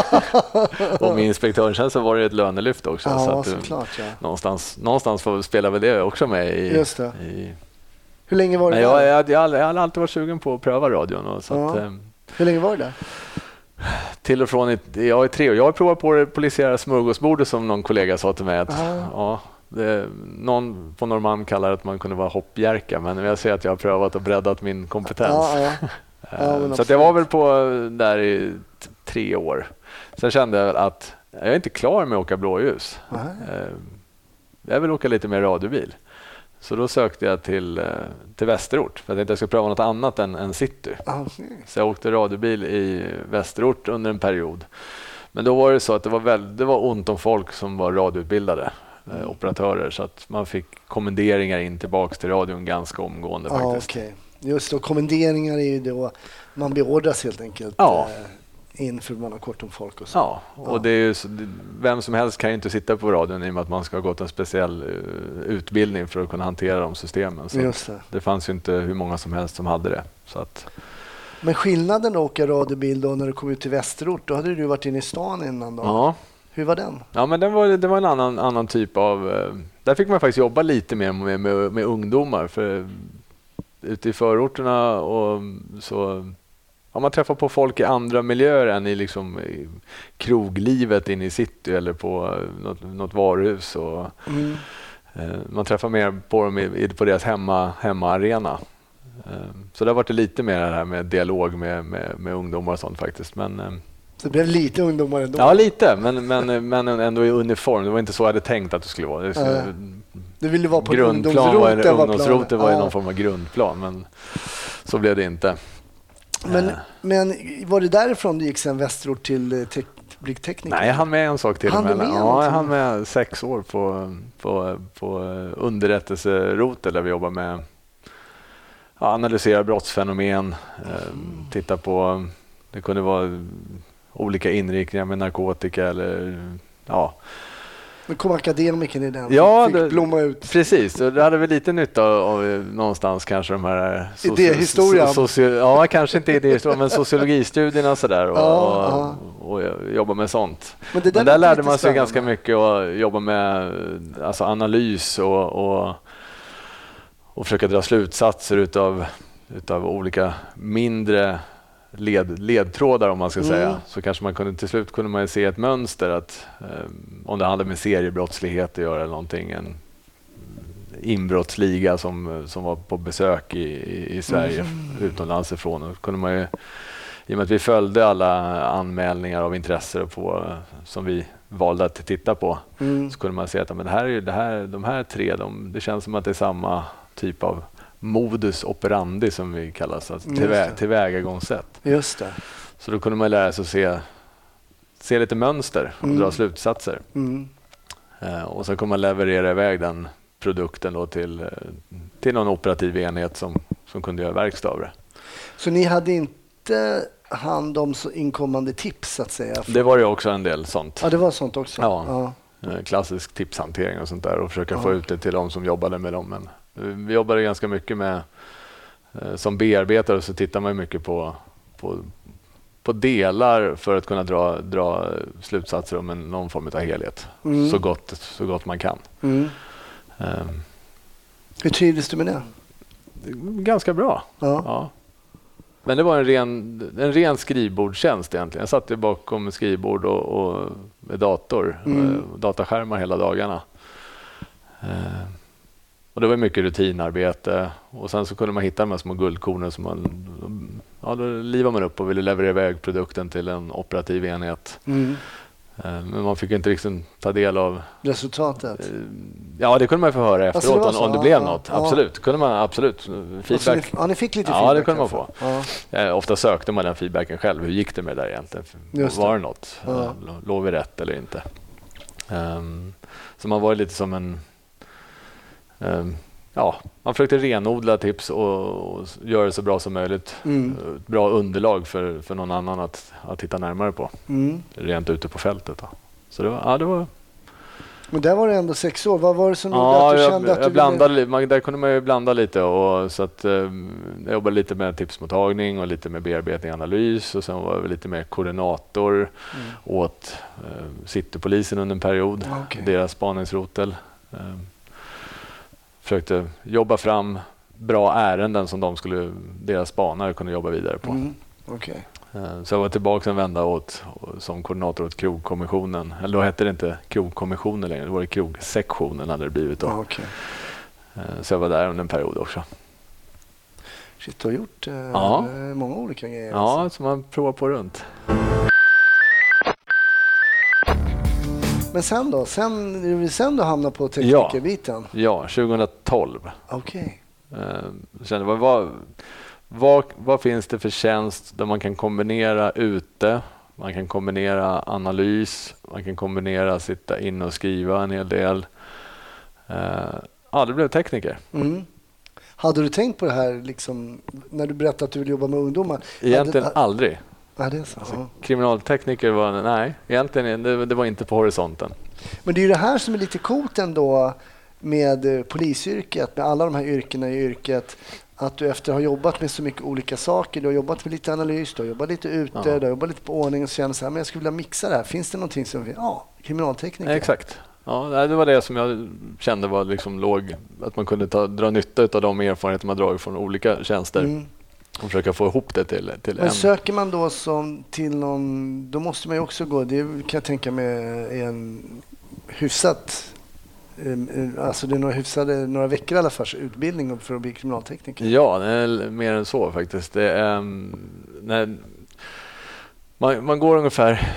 Speaker 3: Och med inspektörtjänst så var det ett lönelyft också.
Speaker 1: Ja,
Speaker 3: så att
Speaker 1: såklart, ja.
Speaker 3: någonstans, någonstans får vi spela väl det också med i...
Speaker 1: Just det.
Speaker 3: I...
Speaker 1: Hur länge var det
Speaker 3: Nej,
Speaker 1: där?
Speaker 3: Jag, jag, jag, jag har alltid varit sugen på att pröva radion. Och så
Speaker 1: ja.
Speaker 3: att, eh,
Speaker 1: Hur länge var det där?
Speaker 3: Till och från, jag är tre år. Jag har provat på det polisiära smörgåsbordet som någon kollega sa till mig. Att, ja, det, någon på Norrmalm kallar att man kunde vara hoppjärka, men jag ser att jag har prövat och breddat min kompetens.
Speaker 1: Ja, ja. Ja,
Speaker 3: så att jag var väl på där i t- tre år. Sen kände jag att jag är inte klar med att åka blåljus.
Speaker 1: Nej.
Speaker 3: Jag vill åka lite mer radiobil. Så då sökte jag till, eh, till Västerort för att jag inte skulle pröva något annat än, än city.
Speaker 1: Okay.
Speaker 3: Så jag åkte radiobil i Västerort under en period. Men då var det så att det var, väldigt, det var ont om folk som var radioutbildade. Eh, operatörer, så att man fick kommenderingar in tillbaks till radion ganska omgående
Speaker 1: Ah,
Speaker 3: faktiskt.
Speaker 1: okay. Just då, kommenderingar är ju då man beordras helt enkelt
Speaker 3: ja.
Speaker 1: eh, in för man har kort om folk och så.
Speaker 3: Ja, och ja. Det är ju så, vem som helst kan ju inte sitta på radion i och med att man ska ha gått en speciell uh, utbildning för att kunna hantera de systemen. Så
Speaker 1: Just det.
Speaker 3: Det fanns ju inte hur många som helst som hade det. Så att...
Speaker 1: Men skillnaden att åka radiobil då när du kom ut till Västerort, då hade du varit inne i stan innan då.
Speaker 3: Ja.
Speaker 1: Hur var den?
Speaker 3: Ja, men den var, det var en annan, annan typ av... Uh, där fick man faktiskt jobba lite mer med, med, med ungdomar. För ute i förorterna och så... Ja, man träffar på folk i andra miljöer än i, liksom, i kroglivet inne i city eller på något, något varuhus. Och,
Speaker 1: mm.
Speaker 3: eh, man träffar mer på dem i, på deras hemma, hemmaarena. Eh, så det har varit lite mer det här med dialog med, med, med ungdomar och sånt faktiskt. Men, eh,
Speaker 1: så det blev lite ungdomar ändå?
Speaker 3: Ja, lite. Men, men, men ändå i uniform. Det var inte så jag hade tänkt att det skulle vara. Det skulle,
Speaker 1: äh, du ville vara på
Speaker 3: grundplan var en ungdomsrote var ju
Speaker 1: ja.
Speaker 3: någon form av grundplan. Men så blev det inte.
Speaker 1: Men, äh. men var det därifrån du gick sen Västerort till te- blicktekniker?
Speaker 3: Nej, jag hann med en sak till.
Speaker 1: Han
Speaker 3: med.
Speaker 1: med
Speaker 3: ja, jag hann med sex år på, på, på underrättelserotel där vi jobbar med ja, analysera brottsfenomen, eh, mm. titta på, det kunde vara olika inriktningar med narkotika eller ja.
Speaker 1: Men kom akademiken i den?
Speaker 3: Ja,
Speaker 1: fick
Speaker 3: det,
Speaker 1: blomma ut.
Speaker 3: Precis. Det hade vi lite nytta av, av någonstans kanske de här
Speaker 1: soci- idéhistorien.
Speaker 3: So- soci- ja, kanske inte idéhistorien men sociologistudierna sådär och,
Speaker 1: ja,
Speaker 3: och, och, och jobba med sånt.
Speaker 1: Men, det där
Speaker 3: men där lärde man sig
Speaker 1: spännande.
Speaker 3: ganska mycket och jobba med alltså analys och, och, och försöka dra slutsatser utav, utav olika mindre Led, ledtrådar om man ska mm. säga, så kanske man kunde till slut kunde man se ett mönster att eh, om det handlar med seriebrottslighet att göra eller någonting, en inbrottsliga som, som var på besök i, i, i Sverige mm. utomlands ifrån, och kunde man ju, i och med att vi följde alla anmälningar av intresse på, som vi valde att titta på mm. så kunde man se att men det här är det här, de här tre, de, det känns som att det är samma typ av modus operandi som vi kallar så, alltså tillvä- tillvägagångssätt.
Speaker 1: Just det.
Speaker 3: Så då kunde man lära sig att se, se lite mönster och mm. dra slutsatser. Mm. Uh, och så kunde man leverera iväg den produkten då till, uh, till någon operativ enhet som, som kunde göra verkstad av det.
Speaker 1: Så ni hade inte hand om så inkommande tips så att säga?
Speaker 3: Det var ju också en del sånt.
Speaker 1: Ja, det var sånt också.
Speaker 3: Ja, ja. Uh, klassisk tipshantering och sånt där och försöka ja. få ut det till de som jobbade med dem. Men vi jobbade ganska mycket med eh, som bearbetare, så tittar man mycket på, på, på delar för att kunna dra, dra slutsatser om en, någon form av helhet mm. så, gott, så gott man kan. Mm. Um,
Speaker 1: Hur trivdes du med det?
Speaker 3: Ganska bra. Ja. Ja. Men det var en ren, en ren skrivbordstjänst egentligen. Jag satt bakom ett skrivbord och, och med dator, mm. och dataskärmar hela dagarna. Uh, Och det var mycket rutinarbete och sen så kunde man hitta de här små guldkornen som man, ja, då livade man upp och ville leverera iväg produkten till en operativ enhet. Mm. Men man fick inte liksom ta del av
Speaker 1: resultatet.
Speaker 3: Ja, det kunde man få höra efteråt alltså, det om det blev ja, något. Ja. Absolut, kunde man absolut feedback.
Speaker 1: Ni, ja, ni fick lite
Speaker 3: ja,
Speaker 1: feedback.
Speaker 3: Ja, det kunde man få. Ja. Ofta sökte man den feedbacken själv. Hur gick det med det där egentligen? Just var det något? Ja. Låg vi rätt eller inte? Um, så man var lite som en Um, ja, man försökte renodla tips och, och göra det så bra som möjligt. Mm. Bra underlag för, för någon annan att, att titta närmare på. Mm. Rent ute på fältet. Då. Så det var, ja, det var...
Speaker 1: Men där var det ändå sex år. Vad var det som
Speaker 3: ja,
Speaker 1: gjorde att du
Speaker 3: jag,
Speaker 1: kände
Speaker 3: jag
Speaker 1: att du
Speaker 3: blandade, ville... man, där kunde man ju blanda lite. Och, så att, um, jag jobbade lite med tipsmottagning och lite med bearbetning och analys. Och sen var jag lite mer koordinator mm. åt uh, Citypolisen under en period. Okay. Deras spaningsrotel. Um, försökte jobba fram bra ärenden som de skulle, deras spanare kunde jobba vidare på. Mm,
Speaker 1: okay.
Speaker 3: Så jag var tillbaka en vända åt, som koordinator åt krogkommissionen. Eller då hette det inte krogkommissionen längre, det var det krogsektionen hade det blivit då.
Speaker 1: Ah, okay.
Speaker 3: Så jag var där under en period också.
Speaker 1: Shit, du har gjort eh,
Speaker 3: ja.
Speaker 1: många olika grejer.
Speaker 3: Ja,
Speaker 1: alltså.
Speaker 3: så man provar på runt.
Speaker 1: Men sen då? Sen, sen du hamnade på teknikerbiten?
Speaker 3: Ja, ja tjugohundratolv.
Speaker 1: Okej.
Speaker 3: Okay. Eh, kände, vad, vad, vad, vad finns det för tjänst där man kan kombinera ute, man kan kombinera analys, man kan kombinera sitta in och skriva en hel del. Eh, ja, det blev tekniker.
Speaker 1: Mm. Hade du tänkt på det här liksom, när du berättade att du ville jobba med ungdomar?
Speaker 3: Egentligen
Speaker 1: hade,
Speaker 3: aldrig.
Speaker 1: Ja, det är så.
Speaker 3: Alltså, kriminaltekniker var, nej, egentligen det, det var inte på horisonten.
Speaker 1: Men det är ju det här som är lite coolt ändå med polisyrket, med alla de här yrkena i yrket, att du efter att ha jobbat med så mycket olika saker, du har jobbat med lite analys, du har jobbat lite ute, ja. Du har jobbat lite på ordning och känner så här, men jag skulle vilja mixa det här. Finns det någonting som, ja, kriminaltekniker?
Speaker 3: Exakt. Ja, det var det som jag kände var liksom låg, att man kunde ta, dra nytta av de erfarenheter man drar från olika tjänster. Mm. Och försöka få ihop det till, till
Speaker 1: Men
Speaker 3: en.
Speaker 1: Söker man då som till någon, då måste man ju också gå, det kan jag tänka mig är en hyfsat, alltså det är några hyfsade, några veckor i alla fall utbildning för att bli kriminaltekniker.
Speaker 3: Ja, det är mer än så faktiskt. Det är, när man, man går ungefär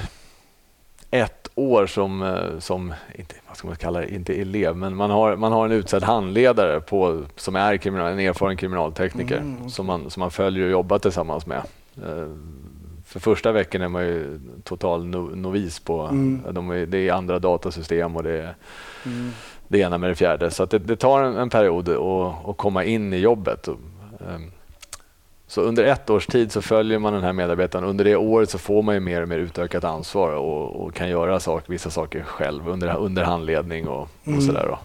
Speaker 3: ett år som, som inte, vad ska man kalla det, inte elev, men man har, man har en utsedd handledare på, som är kriminal, en erfaren kriminaltekniker mm, okay. som, man, som man följer och jobbar tillsammans med. För första veckan är man ju total no, novis på, mm. de är, det är andra datasystem och det är mm. det ena med det fjärde. Så att det, det tar en, en period att, att komma in i jobbet. Och, um, så under ett års tid så följer man den här medarbetaren. Under det året så får man ju mer och mer utökat ansvar och, och kan göra sak, vissa saker själv under, under handledning och,
Speaker 1: mm.
Speaker 3: och sådär. Då.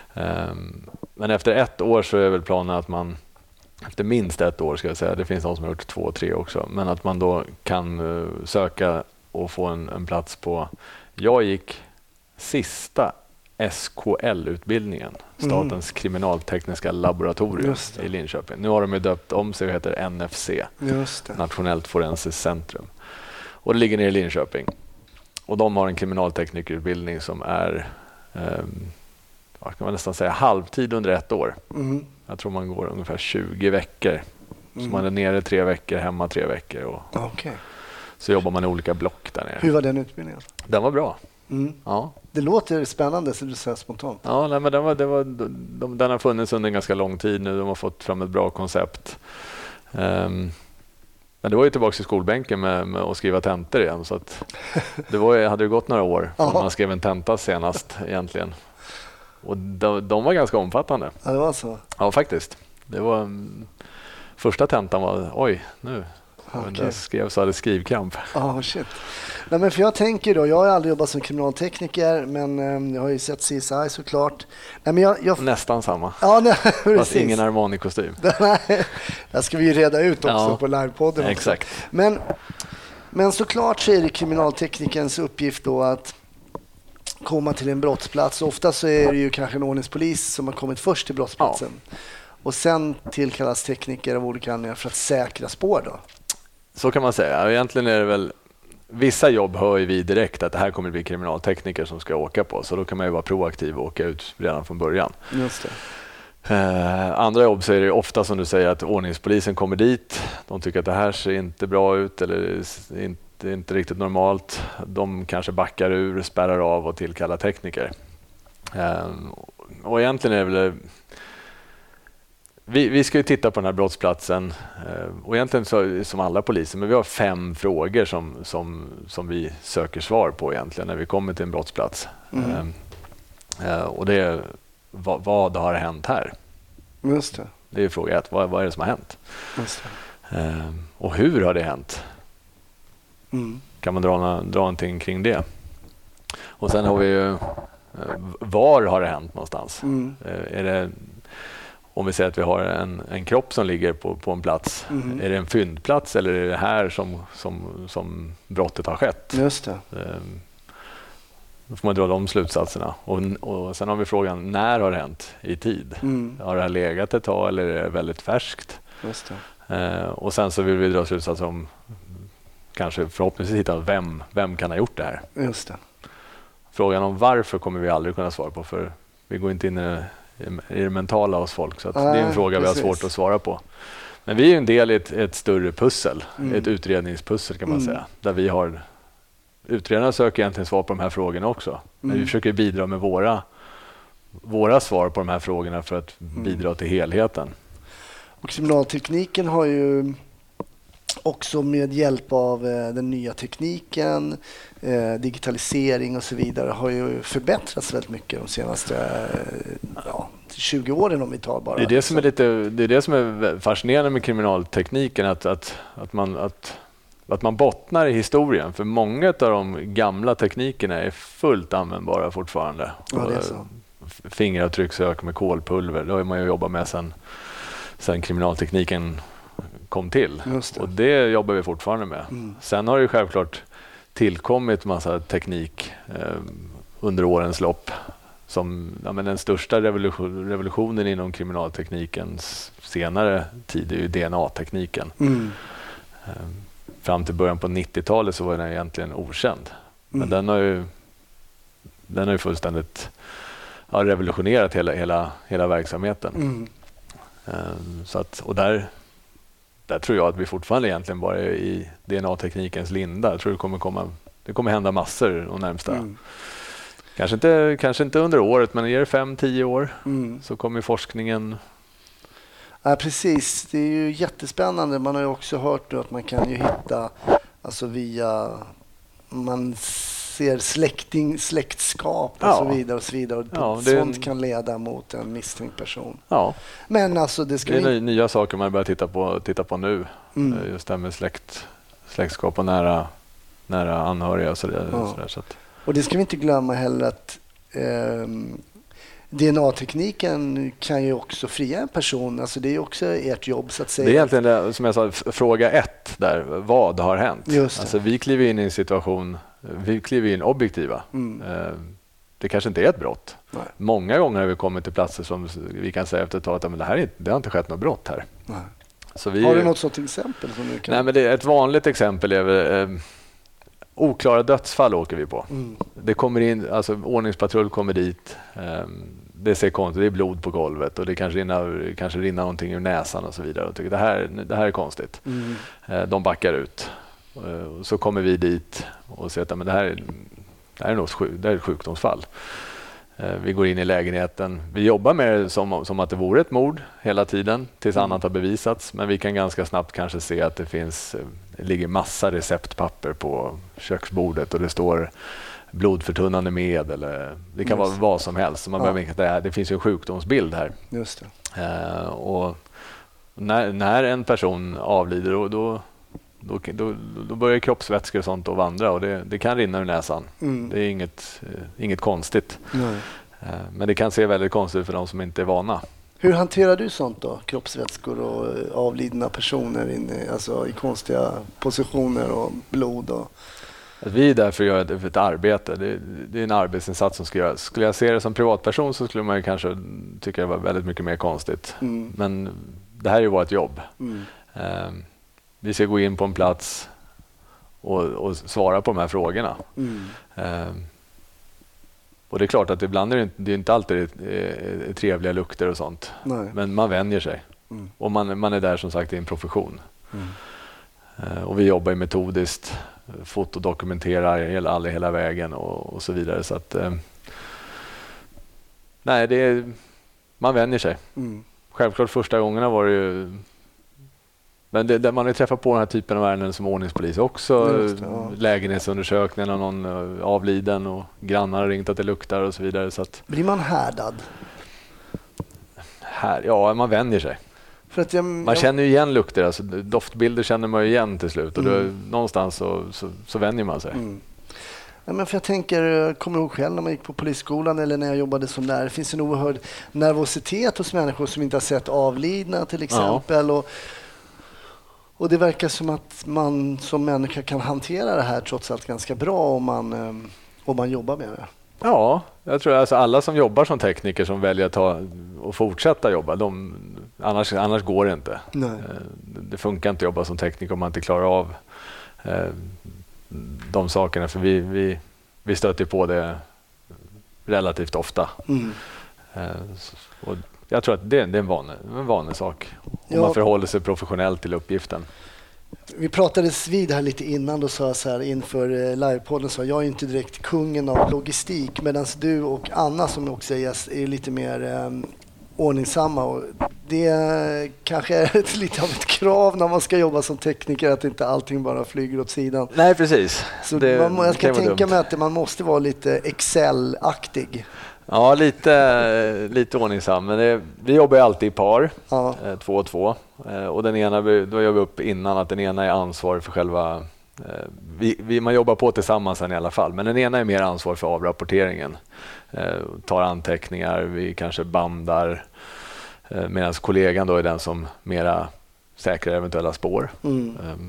Speaker 3: Um, men efter ett år så är väl planen att man, efter minst ett år ska jag säga, det finns någon som har gjort två, tre också, men att man då kan uh, söka och få en, en plats på, jag gick sista S K L-utbildningen, Statens mm. kriminaltekniska laboratorium i Linköping. Nu har de ju döpt om sig och heter N F C, Nationellt forensiskt centrum. Och det ligger nere i Linköping. Och de har en kriminalteknikerutbildning som är, eh, vad kan man nästan säga, halvtid under ett år. Mm. Jag tror man går ungefär tjugo veckor. Så mm. man är nere tre veckor, hemma tre veckor. Och
Speaker 1: okay.
Speaker 3: Så jobbar man i olika block där nere.
Speaker 1: Hur var den utbildningen?
Speaker 3: Den var bra.
Speaker 1: Mm.
Speaker 3: Ja.
Speaker 1: Det låter spännande så du säger spontant.
Speaker 3: Ja, nej, men den, var, det var, de, den har funnits under en ganska lång tid nu. De har fått fram ett bra koncept. Um, men det var ju tillbaka i skolbänken med, med att skriva tentor igen. Så att det var, hade ju gått några år från man skrev en tenta senast egentligen. Och de, de var ganska omfattande.
Speaker 1: Ja, det var så?
Speaker 3: Ja, faktiskt. Det var, um, första tentan var, oj, nu. Okay. Jag skrev så hade skrivkramp.
Speaker 1: Oh, shit. Nej, men för jag tänker då, jag har aldrig jobbat som kriminaltekniker, men um, jag har ju sett C S I såklart. Nej, men jag, jag...
Speaker 3: Nästan samma.
Speaker 1: Ja, nej,
Speaker 3: fast ingen Armani-kostym.
Speaker 1: Nej, det ska vi ju reda ut också ja, på livepodden.
Speaker 3: Exakt.
Speaker 1: Men, men såklart så är det kriminalteknikerns uppgift då att komma till en brottsplats. Ofta så är det ju kanske en ordningspolis som har kommit först till brottsplatsen. Ja. Och sen tillkallas tekniker av olika anledningar för att säkra spår då.
Speaker 3: Så kan man säga. Egentligen är det väl, vissa jobb hör ju vi direkt att det här kommer att bli kriminaltekniker som ska åka på. Så då kan man ju vara proaktiv och åka ut redan från början.
Speaker 1: Just det.
Speaker 3: Eh, andra jobb så är det ofta som du säger att ordningspolisen kommer dit. De tycker att det här ser inte bra ut eller inte, inte riktigt normalt. De kanske backar ur, spärrar av och tillkallar tekniker. Eh, och egentligen är det väl... Vi, vi ska ju titta på den här brottsplatsen och egentligen så, som alla poliser, men vi har fem frågor som, som, som vi söker svar på egentligen när vi kommer till en brottsplats. Mm. Uh, och det är vad, vad har hänt här?
Speaker 1: Just det.
Speaker 3: Det är fråga ett, vad, vad är det som har hänt?
Speaker 1: Just det.
Speaker 3: Uh, och hur har det hänt?
Speaker 1: Mm.
Speaker 3: Kan man dra, dra någonting kring det? Och sen har vi ju, uh, var har det hänt någonstans?
Speaker 1: Mm.
Speaker 3: Uh, är det... Om vi säger att vi har en, en kropp som ligger på, på en plats, mm. är det en fyndplats eller är det här som, som, som brottet har skett?
Speaker 1: Just det.
Speaker 3: Um, då får man dra de slutsatserna. Och, och sen har vi frågan, när har det hänt i tid?
Speaker 1: Mm.
Speaker 3: Har det här legat ett tag eller är det väldigt färskt?
Speaker 1: Just det.
Speaker 3: Uh, och sen så vill vi dra slutsatser om, kanske förhoppningsvis hitta vem, vem kan ha gjort det här?
Speaker 1: Just det.
Speaker 3: Frågan om varför kommer vi aldrig kunna svara på, för vi går inte in i i det mentala hos folk, så att ah, det är en fråga precis. Vi har svårt att svara på. Men vi är en del i ett, ett större pussel, mm. ett utredningspussel kan man mm. säga, där vi har utredarna söker egentligen svar på de här frågorna också. Mm. Men vi försöker bidra med våra, våra svar på de här frågorna för att mm. bidra till helheten.
Speaker 1: Och kriminaltekniken har ju också med hjälp av eh, den nya tekniken, eh, digitalisering och så vidare har ju förbättrats väldigt mycket de senaste eh, ja, tjugo åren om vi tar bara.
Speaker 3: Det är det som är, lite, det är, det som är fascinerande med kriminaltekniken, att, att, att, man, att, att man bottnar i historien. För många av de gamla teknikerna är fullt användbara fortfarande.
Speaker 1: Ja, det är så.
Speaker 3: Fingeravtryckssök med kolpulver, det har man ju jobbat med sedan sen kriminaltekniken kom till. Det. Och det jobbar vi fortfarande med. Mm. Sen har det självklart tillkommit massa teknik eh, under årens lopp. Som, ja, men den största revolution, revolutionen inom kriminalteknikens senare tid är ju D N A-tekniken. Mm. Eh, fram till början på nittiotalet så var den egentligen okänd. Mm. Men den har ju, den har ju fullständigt ja, revolutionerat hela, hela, hela verksamheten. Mm. Eh, så att, och där Där tror jag att vi fortfarande egentligen bara är i D N A-teknikens linda. Jag tror det kommer komma, det kommer hända massor de närmsta. Mm. Kanske inte, kanske inte under året, men ger det fem, tio år mm. så kommer forskningen...
Speaker 1: Ja, precis. Det är ju jättespännande. Man har ju också hört att man kan ju hitta, alltså via... Man ser släkting, släktskap och ja. så vidare och så vidare. Och ja, sånt en... kan leda mot en misstänkt person.
Speaker 3: Ja.
Speaker 1: Men alltså det ska
Speaker 3: det är
Speaker 1: vi...
Speaker 3: nya saker man börjar titta på, titta på nu. Mm. Just det här med släkt, släktskap och nära, nära anhöriga och sådär.
Speaker 1: Ja.
Speaker 3: Och, sådär, så att...
Speaker 1: och det ska vi inte glömma heller att eh, D N A-tekniken kan ju också fria en person. Alltså det är också ert jobb så att säga.
Speaker 3: Det är egentligen det, som jag sa, fråga ett där. Vad har hänt?
Speaker 1: Just det.
Speaker 3: Alltså vi kliver in i en situation, vi kliver in objektiva. Mm. Eh, det kanske inte är ett brott. Nej. Många gånger har vi kommit till platser som vi kan säga efter ett tag att men det, här är, det har inte skett något brott här.
Speaker 1: Nej.
Speaker 3: Så vi,
Speaker 1: har du något sådant exempel? Som du kan...
Speaker 3: Nej, men det är ett vanligt exempel är eh, oklara dödsfall åker vi på. Mm. Det kommer in, alltså ordningspatrull kommer dit. Eh, det ser konstigt, det är blod på golvet och det kanske rinner, kanske rinner någonting ur näsan och så vidare. Och tycker det här, det här är konstigt. Mm. Eh, de backar ut. Eh, så kommer vi dit och säger att men det här är, det här är något sjuk, det här är ett sjukdomsfall. Eh, vi går in i lägenheten. Vi jobbar med det som, som att det vore ett mord hela tiden tills mm. annat har bevisats. Men vi kan ganska snabbt kanske se att det finns, det ligger massa receptpapper på köksbordet och det står blodförtunnande medel. Det kan Just. vara vad som helst. Så man ja. behöver, det, här, det finns ju en sjukdomsbild här.
Speaker 1: Just det.
Speaker 3: Eh, och när, när en person avlider då, då, då, då, då börjar kroppsvätskor och sånt att vandra och det, det kan rinna ur näsan. Mm. Det är inget, inget konstigt. Nej. Eh, men det kan se väldigt konstigt ut för de som inte är vana.
Speaker 1: Hur hanterar du sånt då? Kroppsvätskor och avlidna personer inne, alltså i konstiga positioner och blod och...
Speaker 3: Att vi är där för att göra ett, ett arbete. Det, det är en arbetsinsats som ska göras. Skulle jag se det som privatperson så skulle man ju kanske tycka det var väldigt mycket mer konstigt. Mm. Men det här är ju vårt jobb. Mm. Eh, vi ska gå in på en plats och, och svara på de här frågorna. Mm. Eh, och det är klart att ibland är det, det är inte alltid eh, trevliga lukter och sånt. Nej. Men man vänjer sig. Mm. Och man, man är där som sagt i en profession. Mm. Eh, och vi jobbar ju metodiskt. Fotodokumenterar hela, alla hela vägen och, och så vidare. Så att, eh, nej, det är, man vänjer sig. Mm. Självklart första gångerna var det ju... Men det, där man har träffat på den här typen av ärenden som ordningspolis också. Det, ja. Lägenhetsundersökningar av någon uh, avliden och grannar har ringt att det luktar och så vidare. Så att,
Speaker 1: blir man härdad?
Speaker 3: Här, ja, man vänjer sig.
Speaker 1: För att jag,
Speaker 3: man
Speaker 1: jag...
Speaker 3: känner ju igen lukter, alltså doftbilder känner man ju igen till slut och mm. då, någonstans så, så, så vänjer man sig. Mm.
Speaker 1: Ja, men för jag tänker, jag kommer ihåg själv när man gick på polisskolan eller när jag jobbade som där, det finns en oerhörd nervositet hos människor som inte har sett avlidna till exempel. Ja. Och, och det verkar som att man som människa kan hantera det här trots allt ganska bra om man, om man jobbar med det.
Speaker 3: Ja, jag tror alltså alla som jobbar som tekniker som väljer att ta och fortsätta jobba, de, annars, annars går det inte. Nej. Det funkar inte att jobba som tekniker om man inte klarar av eh, de sakerna, för vi, vi, vi stöter på det relativt ofta. Mm. Eh, och jag tror att det, det är en vanlig, en vanlig sak om ja. man förhåller sig professionellt till uppgiften.
Speaker 1: Vi pratades vid här lite innan, då sa jag så här inför livepodden, så jag är inte direkt kungen av logistik, medan du och Anna som också är gäst är lite mer eh, ordningsamma, och det kanske är ett, lite av ett krav när man ska jobba som tekniker, att inte allting bara flyger åt sidan.
Speaker 3: Nej, precis.
Speaker 1: Så
Speaker 3: det,
Speaker 1: man, jag ska tänka
Speaker 3: dumt.
Speaker 1: mig att man måste vara lite Excel-aktig.
Speaker 3: Ja, lite, lite ordningsam. Men det, vi jobbar ju alltid i par,
Speaker 1: Ja.
Speaker 3: eh, två och två. Eh, och den ena, då gör vi upp innan att den ena är ansvarig för själva... Eh, vi, vi, man jobbar på tillsammans sen i alla fall, men den ena är mer ansvarig för avrapporteringen. Eh, tar anteckningar, vi kanske bandar. Eh, medan kollegan då är den som mera säkrar eventuella spår.
Speaker 1: Mm.
Speaker 3: Eh,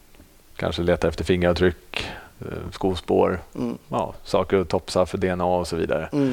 Speaker 3: kanske letar efter fingeravtryck, eh, skospår,
Speaker 1: Mm.
Speaker 3: ja, saker att topsa för D N A och så vidare.
Speaker 1: Mm.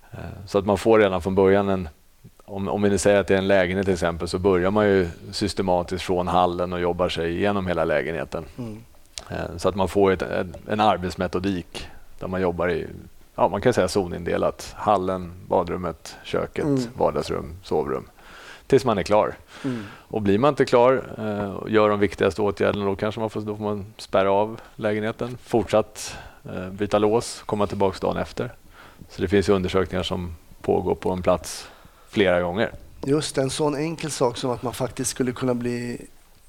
Speaker 3: Så att man får redan från början en, om, om vi nu säger att det är en lägenhet till exempel, så börjar man ju systematiskt från hallen och jobbar sig igenom hela lägenheten.
Speaker 1: Mm.
Speaker 3: Så att man får ett, en arbetsmetodik där man jobbar i, ja, man kan säga zonindelat, hallen, badrummet, köket,
Speaker 1: Mm.
Speaker 3: vardagsrum, sovrum, tills man är klar.
Speaker 1: Mm.
Speaker 3: Och blir man inte klar eh, och gör de viktigaste åtgärderna, då kanske man får, då får man spärra av lägenheten, fortsatt eh, byta lås, komma tillbaka dagen efter. Så det finns ju undersökningar som pågår på en plats flera gånger.
Speaker 1: Just en sån enkel sak som att man faktiskt skulle kunna bli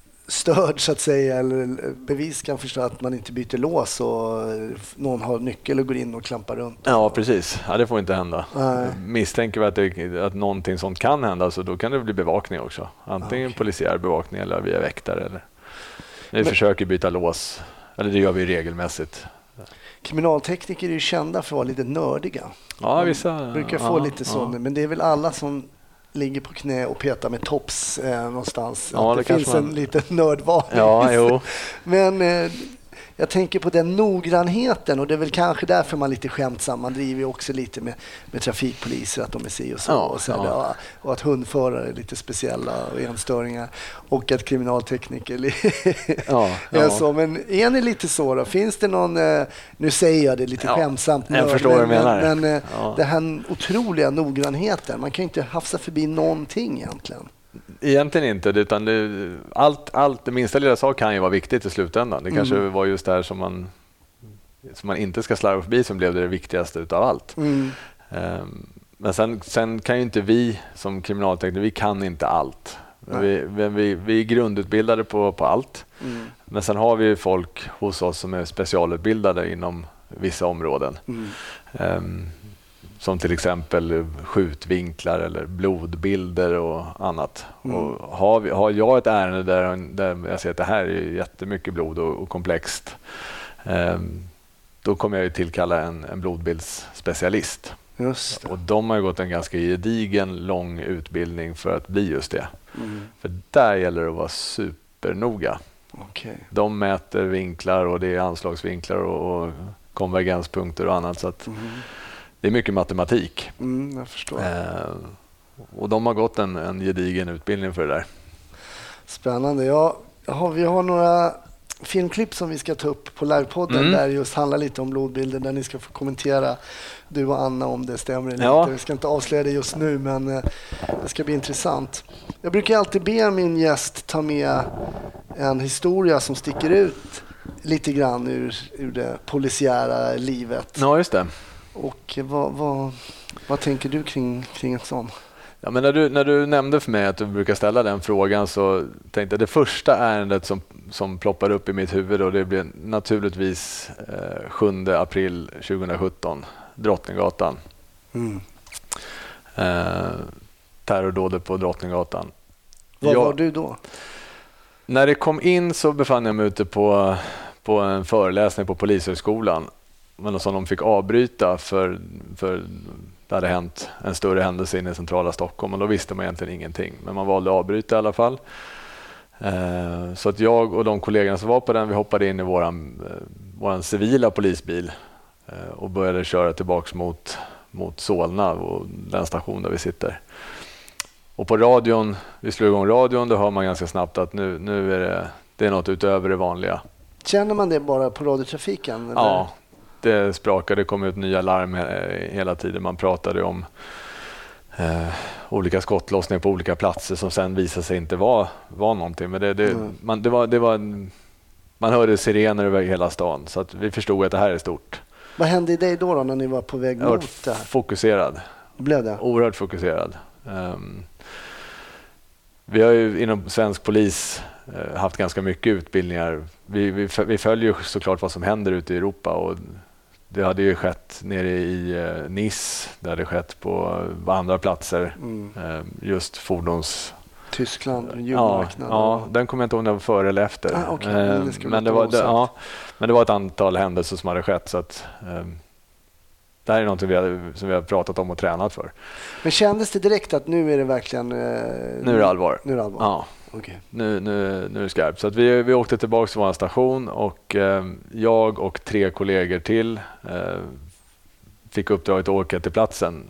Speaker 1: störd så att säga, eller bevis kan förstå att man inte byter lås och någon har nyckel och går in och klampar runt.
Speaker 3: Ja, precis. Ja, det får inte hända.
Speaker 1: Nej.
Speaker 3: Misstänker vi att, det, att någonting sånt kan hända, så då kan det bli bevakning också. Antingen
Speaker 1: Okay.
Speaker 3: polisiär bevakning eller via väktare. Eller. Vi
Speaker 1: Men,
Speaker 3: försöker byta lås, eller det gör vi regelmässigt.
Speaker 1: kriminaltekniker är ju kända för att vara lite nördiga.
Speaker 3: Ja, vissa...
Speaker 1: De brukar få
Speaker 3: ja,
Speaker 1: lite sån,
Speaker 3: ja.
Speaker 1: men det är väl alla som ligger på knä och petar med tops eh, någonstans.
Speaker 3: Ja,
Speaker 1: att det
Speaker 3: det
Speaker 1: finns
Speaker 3: man...
Speaker 1: en liten nördvarning.
Speaker 3: Ja, jo.
Speaker 1: Men eh, jag tänker på den noggrannheten, och det är väl kanske därför man lite skämtsam. Man driver ju också lite med, med trafikpoliser, att de är si och så.
Speaker 3: Ja,
Speaker 1: och, så
Speaker 3: ja.
Speaker 1: ja, och att hundförare är lite speciella och enstöringar. Och att kriminaltekniker
Speaker 3: Ja,
Speaker 1: är
Speaker 3: ja.
Speaker 1: så. Men är ni lite så då? Finns det någon, eh, nu säger jag det lite
Speaker 3: Ja,
Speaker 1: skämtsamt,
Speaker 3: jag förstår vad du menar.
Speaker 1: men, men eh,
Speaker 3: Ja.
Speaker 1: det här otroliga noggrannheten, man kan ju inte hafsa förbi någonting egentligen.
Speaker 3: Egentligen inte, utan det, allt, allt, det minsta lilla sak kan ju vara viktigt i slutändan. Det kanske
Speaker 1: Mm.
Speaker 3: var just det här som man, som man inte ska slarva förbi som blev det viktigaste utav allt.
Speaker 1: Mm.
Speaker 3: Um, men sen, sen kan ju inte vi som kriminaltekniker, vi kan inte allt. Vi, vi, vi, vi är grundutbildade på, på allt.
Speaker 1: Mm.
Speaker 3: Men sen har vi folk hos oss som är specialutbildade inom vissa områden.
Speaker 1: Mm.
Speaker 3: Um, som till exempel skjutvinklar eller blodbilder och annat.
Speaker 1: Mm.
Speaker 3: Och har, vi, har jag ett ärende där, där jag ser att det här är jättemycket blod och, och komplext, um, då kommer jag ju tillkalla en, en blodbildsspecialist.
Speaker 1: Just det.
Speaker 3: Och de har ju gått en ganska gedigen, lång utbildning för att bli just det.
Speaker 1: Mm.
Speaker 3: För där gäller det att vara supernoga.
Speaker 1: Okay.
Speaker 3: De mäter vinklar och det är anslagsvinklar och, och konvergenspunkter och annat. Så att
Speaker 1: Mm.
Speaker 3: det är mycket matematik.
Speaker 1: Mm, jag förstår.
Speaker 3: Eh, och de har gått en, en gedigen utbildning för det där.
Speaker 1: Spännande. Ja, har, vi har några filmklipp som vi ska ta upp på livepodden
Speaker 3: Mm.
Speaker 1: där just handlar lite om blodbilder, där ni ska få kommentera, du och Anna, om det stämmer eller
Speaker 3: Ja.
Speaker 1: inte. Vi ska inte avslöja det just nu, men eh, det ska bli intressant. Jag brukar alltid be min gäst ta med en historia som sticker ut lite grann ur, ur det polisiära livet.
Speaker 3: Ja, just det.
Speaker 1: Och vad, vad, vad tänker du kring, kring ett sånt?
Speaker 3: Ja, men när, du, när du nämnde för mig att du brukar ställa den frågan, så tänkte jag det första ärendet som, som ploppar upp i mitt huvud, och det blir naturligtvis eh, sjunde april tjugohundrasjutton, Drottninggatan.
Speaker 1: Mm.
Speaker 3: Eh, terrordådet på Drottninggatan.
Speaker 1: Var
Speaker 3: Jag-
Speaker 1: var du då?
Speaker 3: När det kom in så befann jag mig ute på, på en föreläsning på Polishögskolan, men som de fick avbryta för, för det hade hänt en större händelse inne i centrala Stockholm, och då visste man egentligen ingenting. Men man valde att avbryta i alla fall. Eh, så att jag och de kollegorna som var på den, vi hoppade in i våran, eh, våran civila polisbil eh, och började köra tillbaks mot, mot Solna och den station där vi sitter. Och på radion, vi slog igång radion, då hör man ganska snabbt att nu, nu är det, det är något utöver det vanliga.
Speaker 1: Känner man det bara på radiotrafiken? Eller?
Speaker 3: Ja, det sprakade, det kom ut nya larm he- hela tiden. Man pratade om eh, olika skottlossningar på olika platser som sen visade sig inte vara var någonting. Men det, det, mm. man, det var, det var en, man hörde sirener över hela stan, så att vi förstod att det här är stort.
Speaker 1: Vad hände i dig då, då när ni var på väg
Speaker 3: Jag
Speaker 1: mot det här?
Speaker 3: Fokuserad.
Speaker 1: Blev det?
Speaker 3: Oerhört fokuserad. Um, vi har ju inom svensk polis uh, haft ganska mycket utbildningar. Vi, vi, vi följer såklart vad som händer ute i Europa, och det hade ju skett nere i uh, Nice, det hade skett på uh, andra platser. Mm. Uh, just fordons...
Speaker 1: Tyskland,
Speaker 3: ja, ja, den kommer jag inte ihåg om det var före eller efter.
Speaker 1: Ah, okay.
Speaker 3: uh,
Speaker 1: men, det
Speaker 3: men, det var, det, ja, men det var ett antal händelser som hade skett, så att... Um, det här är något vi har, som vi har pratat om och tränat för.
Speaker 1: Men kändes det direkt att nu är det verkligen... Eh,
Speaker 3: nu är det allvar.
Speaker 1: Nu är det allvar.
Speaker 3: Ja.
Speaker 1: Okay.
Speaker 3: Nu, nu, nu är det skarpt. Så att vi, vi åkte tillbaka till vår station, och eh, jag och tre kollegor till eh, fick uppdraget att åka till platsen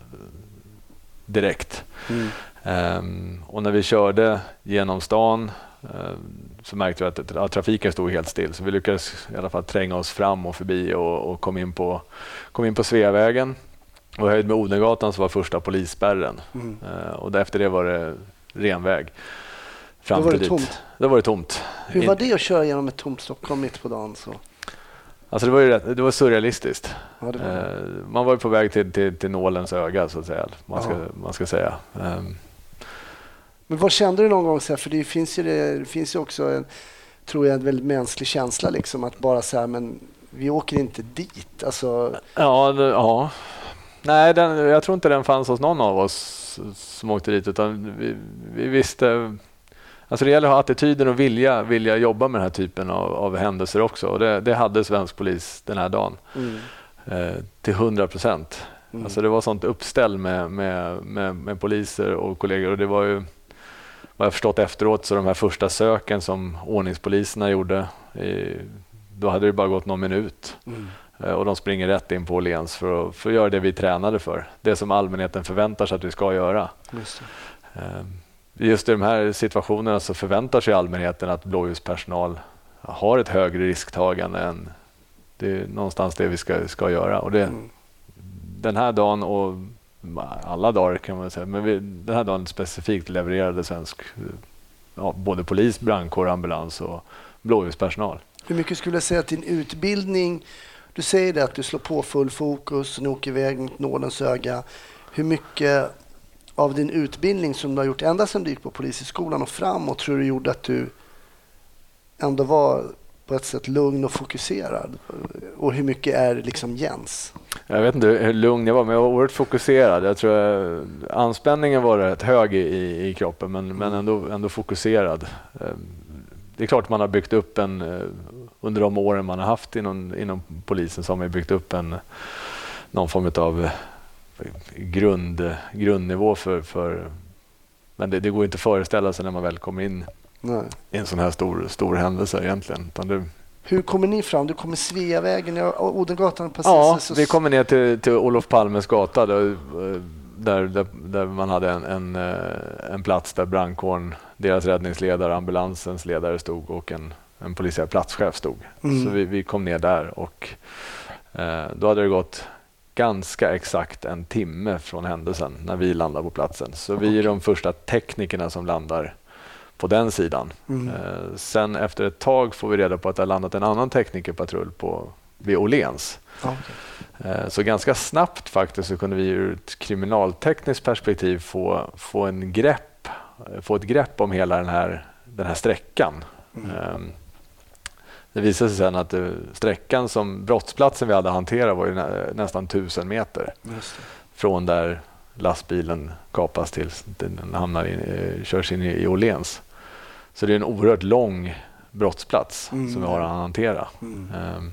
Speaker 3: direkt. Mm. Um, och när vi körde genom stan uh, så märkte vi att, att, att trafiken stod helt still, så vi lyckades i alla fall tränga oss fram och förbi och, och kom in på, kom in på Sveavägen, och höjd med Odengatan så var första polisspärren. Mm. uh, och efter det var det ren väg fram
Speaker 1: Då var
Speaker 3: till
Speaker 1: det
Speaker 3: dit.
Speaker 1: tomt.
Speaker 3: Då var det tomt.
Speaker 1: Hur var det att köra genom ett tomt Stockholm mitt på dagen? Så?
Speaker 3: Alltså det var ju rätt, det var surrealistiskt.
Speaker 1: Ja, det var det.
Speaker 3: Uh, man var ju på väg till, till, till nålens öga, så att säga. Man ska, man ska säga. Um,
Speaker 1: Men vad kände du någon gång? Så här, för det finns ju, det, det finns ju också en, tror jag, en väldigt mänsklig känsla liksom, att bara säga, men vi åker inte dit. Alltså...
Speaker 3: Ja, det, ja. Nej, den, jag tror inte den fanns hos någon av oss som åkte dit, utan vi, vi visste... Alltså det gäller att ha attityden och vilja, vilja jobba med den här typen av, av händelser också. Och det, det hade svensk polis den här dagen. Mm. Eh, till hundra procent. Mm. Alltså det var sånt uppställ med, med, med, med poliser och kollegor. Och det var ju, vad jag förstått efteråt, så de här första söken som ordningspoliserna gjorde, i, då hade det bara gått någon minut. Mm. Eh, och de springer rätt in på Åhléns för att, för att göra det vi tränade för. Det som allmänheten förväntar sig att vi ska göra. Just det. Eh, Just i de här situationerna så förväntar sig allmänheten att blåljuspersonal har ett högre risktagande än det är någonstans det vi ska, ska göra. Och det, mm. Den här dagen, och alla dagar kan man säga, men vi, den här dagen specifikt levererade svensk, ja, både polis, brandkår, ambulans och blåljuspersonal.
Speaker 1: Hur mycket skulle jag säga att din utbildning, du säger det att du slår på full fokus och åker iväg mot nådens öga. Hur mycket av din utbildning som du har gjort ända sedan du gick på polishögskolan och framåt tror du gjorde att du ändå var på ett sätt lugn och fokuserad? Och hur mycket är liksom Jens?
Speaker 3: Jag vet inte hur lugn jag var, men jag var oerhört fokuserad. Jag tror att anspänningen var rätt hög i, i kroppen, men, mm. men ändå, ändå fokuserad. Det är klart man har byggt upp en, under de åren man har haft inom, inom polisen, så har man byggt upp en, någon form av grund, grundnivå för, för men det, det går inte att föreställa sig när man väl kommer in Nej. i en sån här stor, stor händelse egentligen. Det...
Speaker 1: Hur kommer ni fram? Du kommer Sveavägen och Odengatan precis.
Speaker 3: Ja,
Speaker 1: så...
Speaker 3: vi kommer ner till, till Olof Palmes gata där, där, där, där man hade en, en, en plats där brandkåren, deras räddningsledare, ambulansens ledare stod och en, en polisiär platschef stod. Mm. Så vi, vi kom ner där, och eh, då hade det gått ganska exakt en timme från händelsen när vi landar på platsen. Så vi är de första teknikerna som landar på den sidan. Mm. Eh, sen efter ett tag får vi reda på att det har landat en annan teknikerpatrull på, vid Åhléns. Okay. Eh, så ganska snabbt faktiskt så kunde vi ur ett kriminaltekniskt perspektiv få, få, en grepp, få ett grepp om hela den här, den här sträckan. Mm. Eh, Det visade sig sen att sträckan som brottsplatsen vi hade hanterat var ju nä, nästan tusen meter. Från där lastbilen kapas till den hamnar in, körs in i, i Åhléns. Så det är en oerhört lång brottsplats mm. som vi har att hantera. Mm. Um,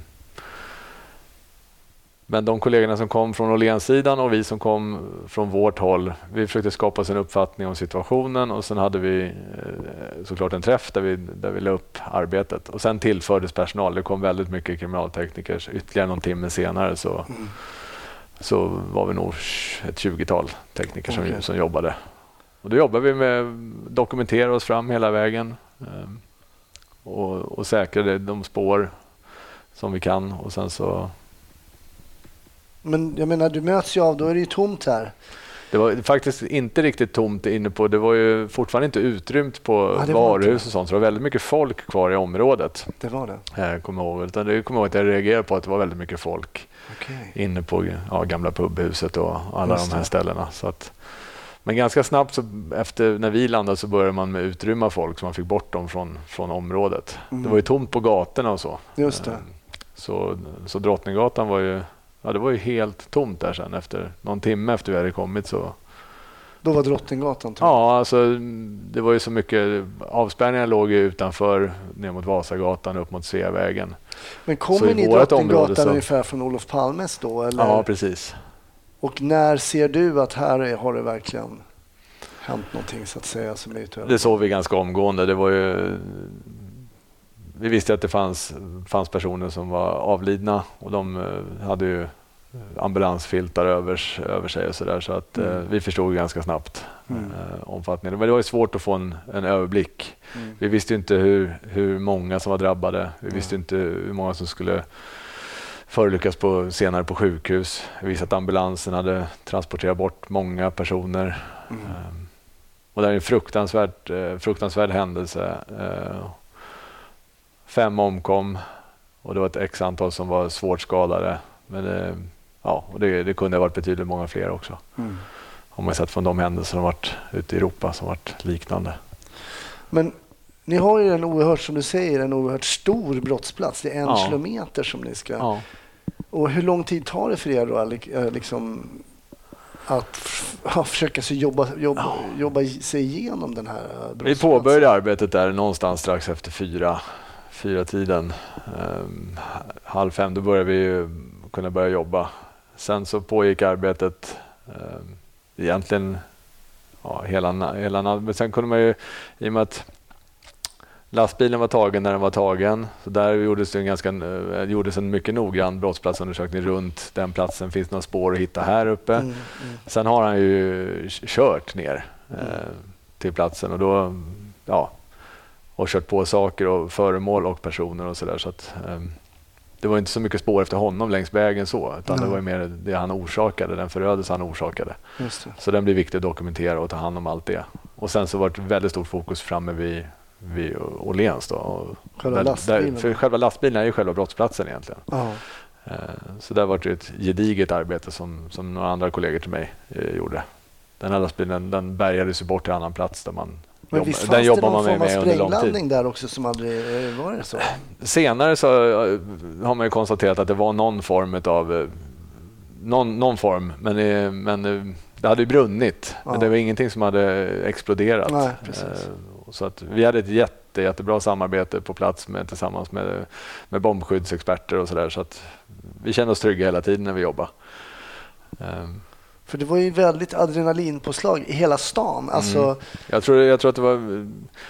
Speaker 3: Men de kollegorna som kom från Åhlénssidan och vi som kom från vårt håll, vi försökte skapa oss en uppfattning om situationen, och sen hade vi eh, såklart en träff där vi, där vi la upp arbetet. Och sen tillfördes personal. Det kom väldigt mycket kriminaltekniker. Så ytterligare någon timme senare så, mm. så var vi nog ett tjugotal tekniker som, okay. som jobbade. Och då jobbade vi med att dokumentera oss fram hela vägen eh, och, och säkrade de spår som vi kan. Och sen så...
Speaker 1: Men jag menar, du möts ju av, då är det ju tomt här.
Speaker 3: Det var faktiskt inte riktigt tomt inne på, det var ju fortfarande inte utrymt på
Speaker 1: ja,
Speaker 3: varuhus och sånt, så det var väldigt mycket folk kvar i området.
Speaker 1: Det var det?
Speaker 3: Jag kommer ihåg, utan det kommer ihåg att jag reagerade på att det var väldigt mycket folk
Speaker 1: okay.
Speaker 3: inne på ja, gamla pubhuset och alla de här ställena. Så att, men ganska snabbt så, efter när vi landade så började man med utrymma folk så man fick bort dem från, från området. Mm. Det var ju tomt på gatorna och så.
Speaker 1: Just det.
Speaker 3: Så, så Drottninggatan var ju, ja, det var ju helt tomt där sen efter någon timme efter vi hade kommit. Så.
Speaker 1: Då var Drottninggatan tom?
Speaker 3: Ja, alltså, det var ju så mycket, avspärrningar låg ju utanför ner mot Vasagatan upp mot Sveavägen.
Speaker 1: Men kommer ni Drottninggatan så... ungefär från Olof Palmes då? Eller?
Speaker 3: Ja, precis.
Speaker 1: Och när ser du att här har det verkligen hänt någonting så att säga som är utöver?
Speaker 3: Det såg vi ganska omgående. Det var ju, vi visste att det fanns, fanns personer som var avlidna och de hade ju ambulansfiltar över, över sig och så där, så att mm. eh, vi förstod ganska snabbt mm. eh, omfattningen. Men det var ju svårt att få en, en överblick. Mm. Vi visste inte hur, hur många som var drabbade. Vi mm. visste inte hur många som skulle förolyckas på, senare på sjukhus. Vi visste att ambulansen hade transporterat bort många personer. Mm. Eh, och det är en fruktansvärt, eh, fruktansvärd händelse. Eh, fem omkom och det var ett x antal som var svårt skadade. Men det, ja, och det, det kunde ha varit betydligt många fler också. Mm. Om man sett från de händelser som varit ute i Europa som varit liknande.
Speaker 1: Men ni har ju en oerhört, som du säger, en oerhört stor brottsplats. Det är en ja. kilometer som ni ska... Ja. Och hur lång tid tar det för er då liksom, att f- försöka sig jobba, jobba, ja. jobba sig igenom den här brottsplatsen?
Speaker 3: Vi påbörjade arbetet där någonstans strax efter fyra, fyra tiden. Um, halv fem, då började vi ju kunna börja jobba. Sen så pågick arbetet um, egentligen ja, hela, hela men sen kunde man ju, i och med att lastbilen var tagen när den var tagen, så där gjordes det en ganska uh, gjordes en mycket noggrann brottsplatsundersökning runt den platsen. Finns det några spår att hitta här uppe? Mm, mm. Sen har han ju kört ner uh, mm. till platsen och då ja, och kört på saker och föremål och personer och sådär, så att um, det var inte så mycket spår efter honom längs vägen så, utan mm. det var mer det han orsakade, den förödelse han orsakade.
Speaker 1: Just det.
Speaker 3: Så den blir viktig att dokumentera och ta hand om allt det. Och sen så var det ett väldigt stort fokus framme vid, vid Åhléns då. Och
Speaker 1: själva
Speaker 3: där,
Speaker 1: lastbilen?
Speaker 3: Där, för själva lastbilen är ju själva brottsplatsen egentligen.
Speaker 1: Ja.
Speaker 3: Uh, så där var det ett gediget arbete som, som några andra kollegor till mig uh, gjorde. Den här lastbilen, den bärgades ju bort till en annan plats där man
Speaker 1: Men visst fanns det någon form av spränglandning där också som aldrig var det så?
Speaker 3: Senare så har man ju konstaterat att det var någon form av någon, någon form, men, det, men det hade ju brunnit. Ja. Men det var ingenting som hade exploderat.
Speaker 1: Nej, precis.
Speaker 3: Så att vi hade ett jätte, jättebra samarbete på plats med, tillsammans med, med bombskyddsexperter och sådär, så att vi kände oss trygga hela tiden när vi jobbade.
Speaker 1: För det var ju väldigt adrenalinpåslag i hela stan. Alltså... Mm.
Speaker 3: Jag, tror, jag tror att det var...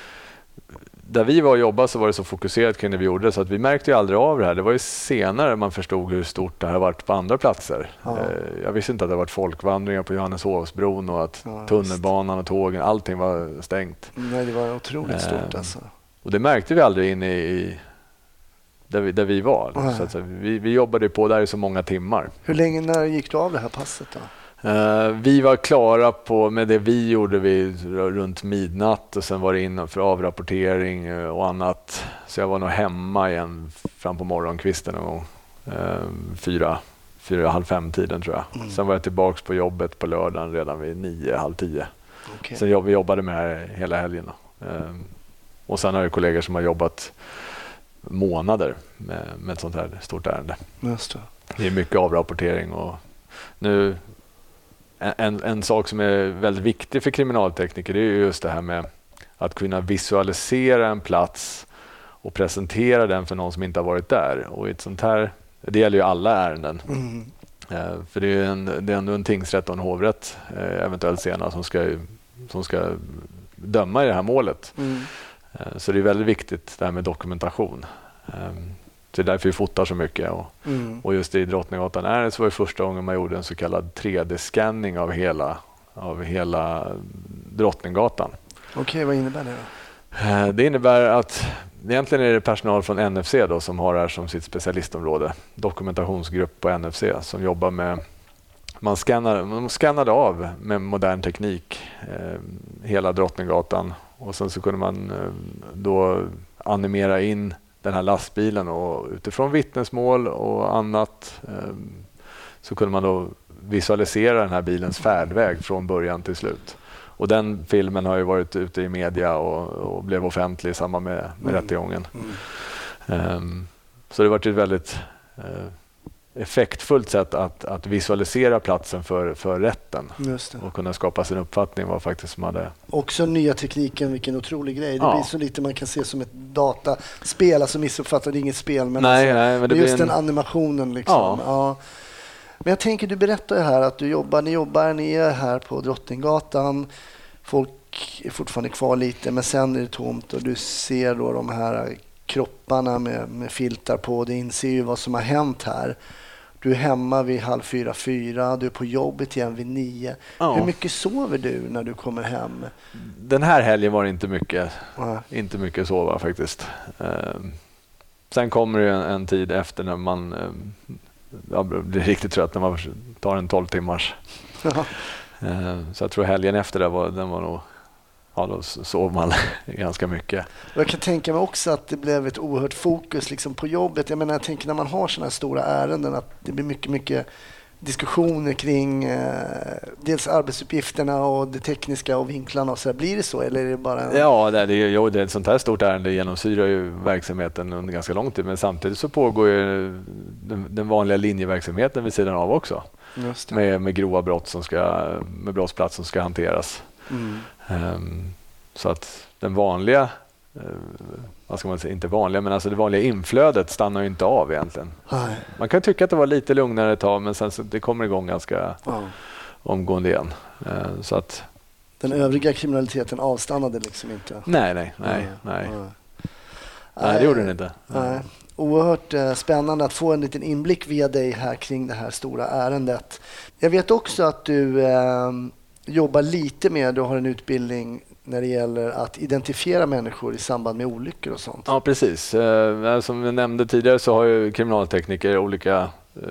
Speaker 3: Där vi var och jobbade så var det så fokuserat kring det vi gjorde, så att vi märkte ju aldrig av det här. Det var ju senare man förstod hur stort det här varit på andra platser. Ja. Jag visste inte att det varit folkvandringar på Johanneshovsbron och att ja, tunnelbanan och tågen, allting var stängt.
Speaker 1: Nej, det var otroligt stort alltså.
Speaker 3: Och det märkte vi aldrig inne i... Där vi, där vi var. Ja. Så att, så, vi, vi jobbade på där i så många timmar.
Speaker 1: Hur länge när gick du av det här passet då?
Speaker 3: Uh, vi var klara på, med det vi gjorde vi runt midnatt och sen var det in för avrapportering och annat. Så jag var nog hemma igen fram på morgonkvisten någon gång. Uh, fyra, fyra, halv fem tiden tror jag. Mm. Sen var jag tillbaks på jobbet på lördagen redan vid nio, halv tio. Okay. Sen jobb, vi jobbade med här hela helgen. Uh, och sen har jag kollegor som har jobbat månader med, med ett sånt här stort ärende.
Speaker 1: Just det.
Speaker 3: Det är mycket avrapportering och nu en, en sak som är väldigt viktig för kriminaltekniker, det är just det här med att kunna visualisera en plats och presentera den för någon som inte har varit där. Och i ett sånt här, det gäller ju alla ärenden. Mm. Eh, för det är, en, det är ändå en tingsrätt och en hovrätt eh, eventuellt senare som ska, som ska döma i det här målet. Mm. Eh, så det är väldigt viktigt det här med dokumentation. Eh, Det är därför vi fotar så mycket. Och, mm. och just i Drottninggatan är det så var det första gången man gjorde en så kallad tre D-scanning av hela, av hela Drottninggatan.
Speaker 1: Okej, okay, vad innebär det då?
Speaker 3: Det innebär att egentligen är det personal från N F C då, som har det här som sitt specialistområde. Dokumentationsgrupp på N F C som jobbar med man, skannade, man skannade av med modern teknik eh, hela Drottninggatan, och sen så kunde man eh, då animera in den här lastbilen, och utifrån vittnesmål och annat eh, så kunde man då visualisera den här bilens färdväg från början till slut. Och den filmen har ju varit ute i media och, och blev offentlig i samband med, med mm. rättegången. Mm. Um, så det har varit ett väldigt uh, effektfullt sätt att, att visualisera platsen för, för rätten.
Speaker 1: Just det.
Speaker 3: Och kunna skapa sin uppfattning vad faktiskt som hade...
Speaker 1: Också nya tekniken, vilken otrolig grej. Det
Speaker 3: ja.
Speaker 1: blir så lite man kan se som ett dataspel, alltså missuppfattar det inget spel, men,
Speaker 3: nej,
Speaker 1: alltså,
Speaker 3: nej, men det
Speaker 1: just
Speaker 3: blir en...
Speaker 1: den animationen liksom.
Speaker 3: Ja.
Speaker 1: Ja. Men jag tänker, du berättar ju här att du jobbar, ni jobbar, ni är här på Drottninggatan. Folk är fortfarande kvar lite, men sen är det tomt och du ser då de här kropparna med, med filtar på. Du inser ju vad som har hänt här. Du är hemma vid halv fyra, fyra. Du är på jobbet igen vid nio. Ja. Hur mycket sover du när du kommer hem?
Speaker 3: Den här helgen var det inte mycket.
Speaker 1: Ja.
Speaker 3: Inte mycket sova faktiskt. Um, sen kommer det en, en tid efter när man um, ja, blir riktigt trött, när man tar en tolv timmars. Ja. Uh, så jag tror helgen efter det var, den var nog, ja, då sov man ganska mycket.
Speaker 1: Jag kan tänka mig också att det blev ett oerhört fokus liksom på jobbet. Jag menar, jag tänker när man har sådana här stora ärenden att det blir mycket, mycket diskussioner kring eh, dels arbetsuppgifterna och det tekniska och vinklarna och så. Blir det så, eller är det bara en...
Speaker 3: Ja, det är, jo, det är ett sånt här stort ärende genomsyrar ju verksamheten under ganska lång tid, men samtidigt så pågår ju den, den vanliga linjeverksamheten vid sidan av också.
Speaker 1: Just det.
Speaker 3: Med, med grova brott som ska, med brottsplats som ska hanteras.
Speaker 1: Mm.
Speaker 3: Um, så att den vanliga, uh, vad ska man säga, inte vanliga, men alltså det vanliga inflödet stannar ju inte av egentligen.
Speaker 1: Nej.
Speaker 3: Man kan tycka att det var lite lugnare ett tag, men sen så det kommer igång ganska
Speaker 1: ja.
Speaker 3: omgående igen. Uh, så att
Speaker 1: den övriga kriminaliteten avstannade liksom inte?
Speaker 3: Nej, nej, nej, nej.
Speaker 1: nej.
Speaker 3: nej det gjorde den inte.
Speaker 1: Nej. Oerhört eh, spännande att få en liten inblick via dig här kring det här stora ärendet. Jag vet också att du eh, jobbar lite med, du har en utbildning när det gäller att identifiera människor i samband med olyckor och sånt.
Speaker 3: Ja, precis. Eh, som jag nämnde tidigare så har ju kriminaltekniker olika eh,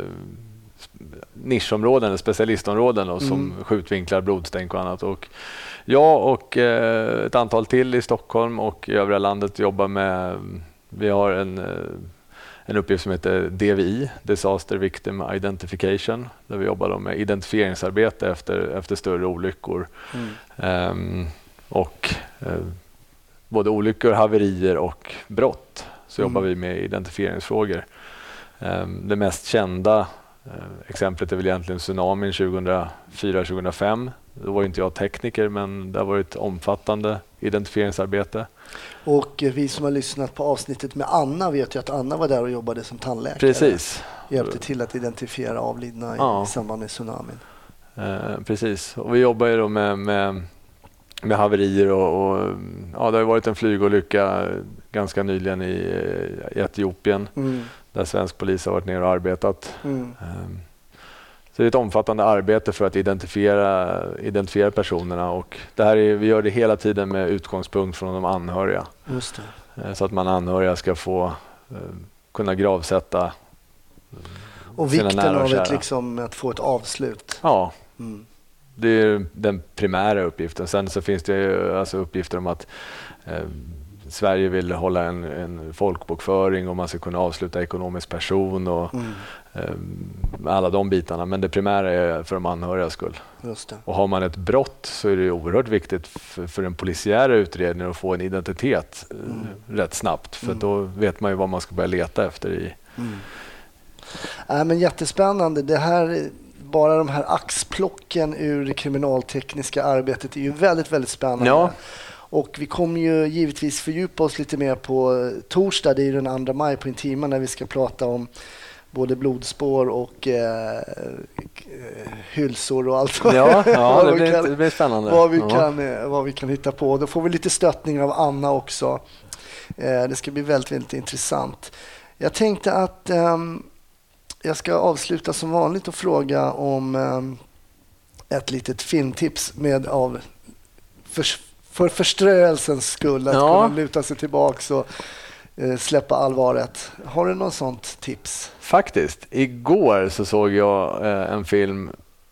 Speaker 3: nischområden, specialistområden då, mm. som skjutvinklar, blodstänk och annat. Och jag och eh, ett antal till i Stockholm och i övriga landet jobbar med, vi har en, eh, en uppgift som heter D V I, Disaster Victim Identification, där vi jobbar då med identifieringsarbete efter, efter större olyckor. Mm. Um, och eh, både olyckor, haverier och brott så mm. jobbar vi med identifieringsfrågor. Um, det mest kända uh, exemplet är väl egentligen tsunamin tjugohundrafyra tjugohundrafem. Då var inte jag tekniker, men det har varit omfattande identifieringsarbete.
Speaker 1: Och vi som har lyssnat på avsnittet med Anna vet ju att Anna var där och jobbade som tandläkare.
Speaker 3: Precis.
Speaker 1: Hjälpte till att identifiera avlidna
Speaker 3: ja.
Speaker 1: i samband med tsunamin.
Speaker 3: Uh, precis. Och vi jobbar ju då med, med, med haverier och, och ja, det har varit en flygolycka ganska nyligen i, i Etiopien mm. där svensk polis har varit ner och arbetat. Mm. Um, Så det är ett omfattande arbete för att identifiera, identifiera personerna, och det här är, vi gör det hela tiden med utgångspunkt från de anhöriga.
Speaker 1: Just det.
Speaker 3: Så att man anhöriga ska få uh, kunna gravsätta uh,
Speaker 1: och
Speaker 3: sina
Speaker 1: vikten
Speaker 3: nära och
Speaker 1: av
Speaker 3: kära.
Speaker 1: Ett, liksom, att få ett avslut.
Speaker 3: Ja,
Speaker 1: mm.
Speaker 3: det är den primära uppgiften. Sen så finns det ju alltså uppgifter om att uh, Sverige vill hålla en, en folkbokföring och man ska kunna avsluta ekonomisk person och mm. um, alla de bitarna. Men det primära är för de anhöriga skull.
Speaker 1: Just det.
Speaker 3: Och har man ett brott så är det oerhört viktigt för, för den polisiära utredningen att få en identitet mm. uh, rätt snabbt. För mm. då vet man ju vad man ska börja leta efter i.
Speaker 1: Mm. Äh, men jättespännande. Det här, bara de här axplocken ur det kriminaltekniska arbetet är ju väldigt, väldigt spännande.
Speaker 3: Ja.
Speaker 1: Och vi kommer ju givetvis fördjupa oss lite mer på torsdag, det är den andra maj på Intima, när vi ska prata om både blodspår och eh, hylsor och allt.
Speaker 3: Ja, ja det, blir,
Speaker 1: kan,
Speaker 3: det blir spännande.
Speaker 1: Vad vi,
Speaker 3: ja.
Speaker 1: kan, vad vi kan hitta på. Då får vi lite stöttning av Anna också. Eh, det ska bli väldigt, väldigt intressant. Jag tänkte att eh, jag ska avsluta som vanligt och fråga om eh, ett litet filmtips med av för, för förströelsens skull, att ja. kunna luta sig tillbaka och eh, släppa allvaret. Har du något sånt tips?
Speaker 3: Faktiskt. Igår så såg jag eh, en film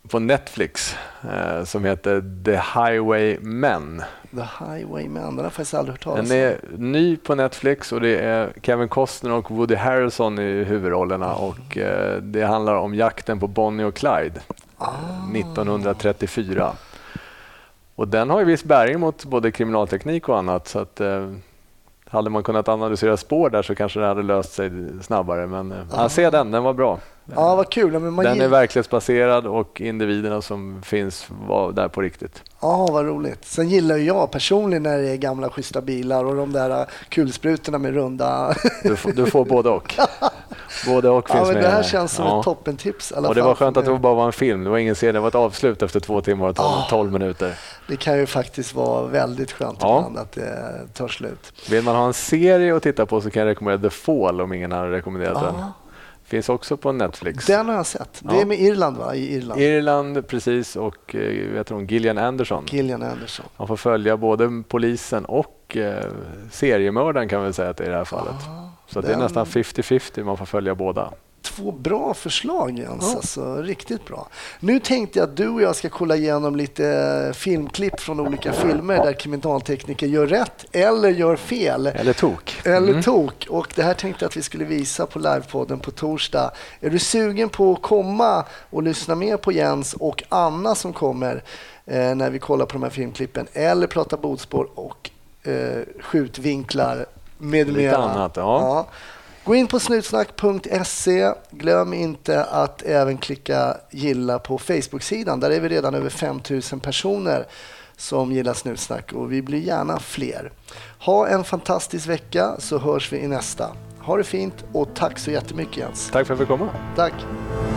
Speaker 3: på Netflix eh, som heter The Highwaymen.
Speaker 1: The Highwaymen, den har jag faktiskt aldrig hört talas om.
Speaker 3: Den är ny på Netflix och det är Kevin Costner och Woody Harrelson i huvudrollerna och eh, det handlar om jakten på Bonnie och Clyde ah. nittonhundratrettiofyra. Och den har ju viss bäring mot både kriminalteknik och annat så att eh, hade man kunnat analysera spår där så kanske det hade löst sig snabbare. Men ah. ja, se den, den var bra.
Speaker 1: Ja, vad kul. Men man
Speaker 3: den
Speaker 1: gill...
Speaker 3: är verklighetsbaserad och individerna som finns var där på riktigt.
Speaker 1: Ja, vad roligt. Sen gillar jag personligen när det är gamla schyssta bilar och de där kulsprutorna med runda...
Speaker 3: Du får, du får både och. Både och finns
Speaker 1: ja, men
Speaker 3: med.
Speaker 1: Det här känns som
Speaker 3: ja.
Speaker 1: ett toppentips.
Speaker 3: Och det var skönt att det bara var en film. Det var ingen serie, det var ett avslut efter två timmar och tolv oh, minuter.
Speaker 1: Det kan ju faktiskt vara väldigt skönt ja. ibland att det tar slut.
Speaker 3: Vill man ha en serie att titta på så kan jag rekommendera The Fall om ingen har rekommenderat oh. den. Finns också på Netflix.
Speaker 1: Den har jag sett. Det
Speaker 3: ja.
Speaker 1: är med Irland va? I Irland.
Speaker 3: Irland, precis. Och jag tror Gillian Anderson.
Speaker 1: Gillian Anderson.
Speaker 3: Man får följa både polisen och eh, seriemördaren kan vi säga att det är i det här fallet. Ah, så den... det är nästan femtio femtio, man får följa båda.
Speaker 1: Två bra förslag Jens, ja. alltså, riktigt bra. Nu tänkte jag att du och jag ska kolla igenom lite filmklipp från olika filmer där kriminaltekniker gör rätt eller gör fel.
Speaker 3: Eller tok.
Speaker 1: Eller
Speaker 3: mm.
Speaker 1: tok. Och det här tänkte jag att vi skulle visa på livepodden på torsdag. Är du sugen på att komma och lyssna mer på Jens och Anna som kommer eh, när vi kollar på de här filmklippen eller prata bodspår och eh, skjutvinklar med
Speaker 3: lite
Speaker 1: mera.
Speaker 3: annat, ja.
Speaker 1: ja. Gå in på snutsnack punkt se. Glöm inte att även klicka gilla på Facebook-sidan. Där är vi redan över fem tusen personer som gillar Snutsnack och vi blir gärna fler. Ha en fantastisk vecka så hörs vi i nästa. Ha det fint och tack så jättemycket Jens.
Speaker 3: Tack för att vi kom.
Speaker 1: Tack.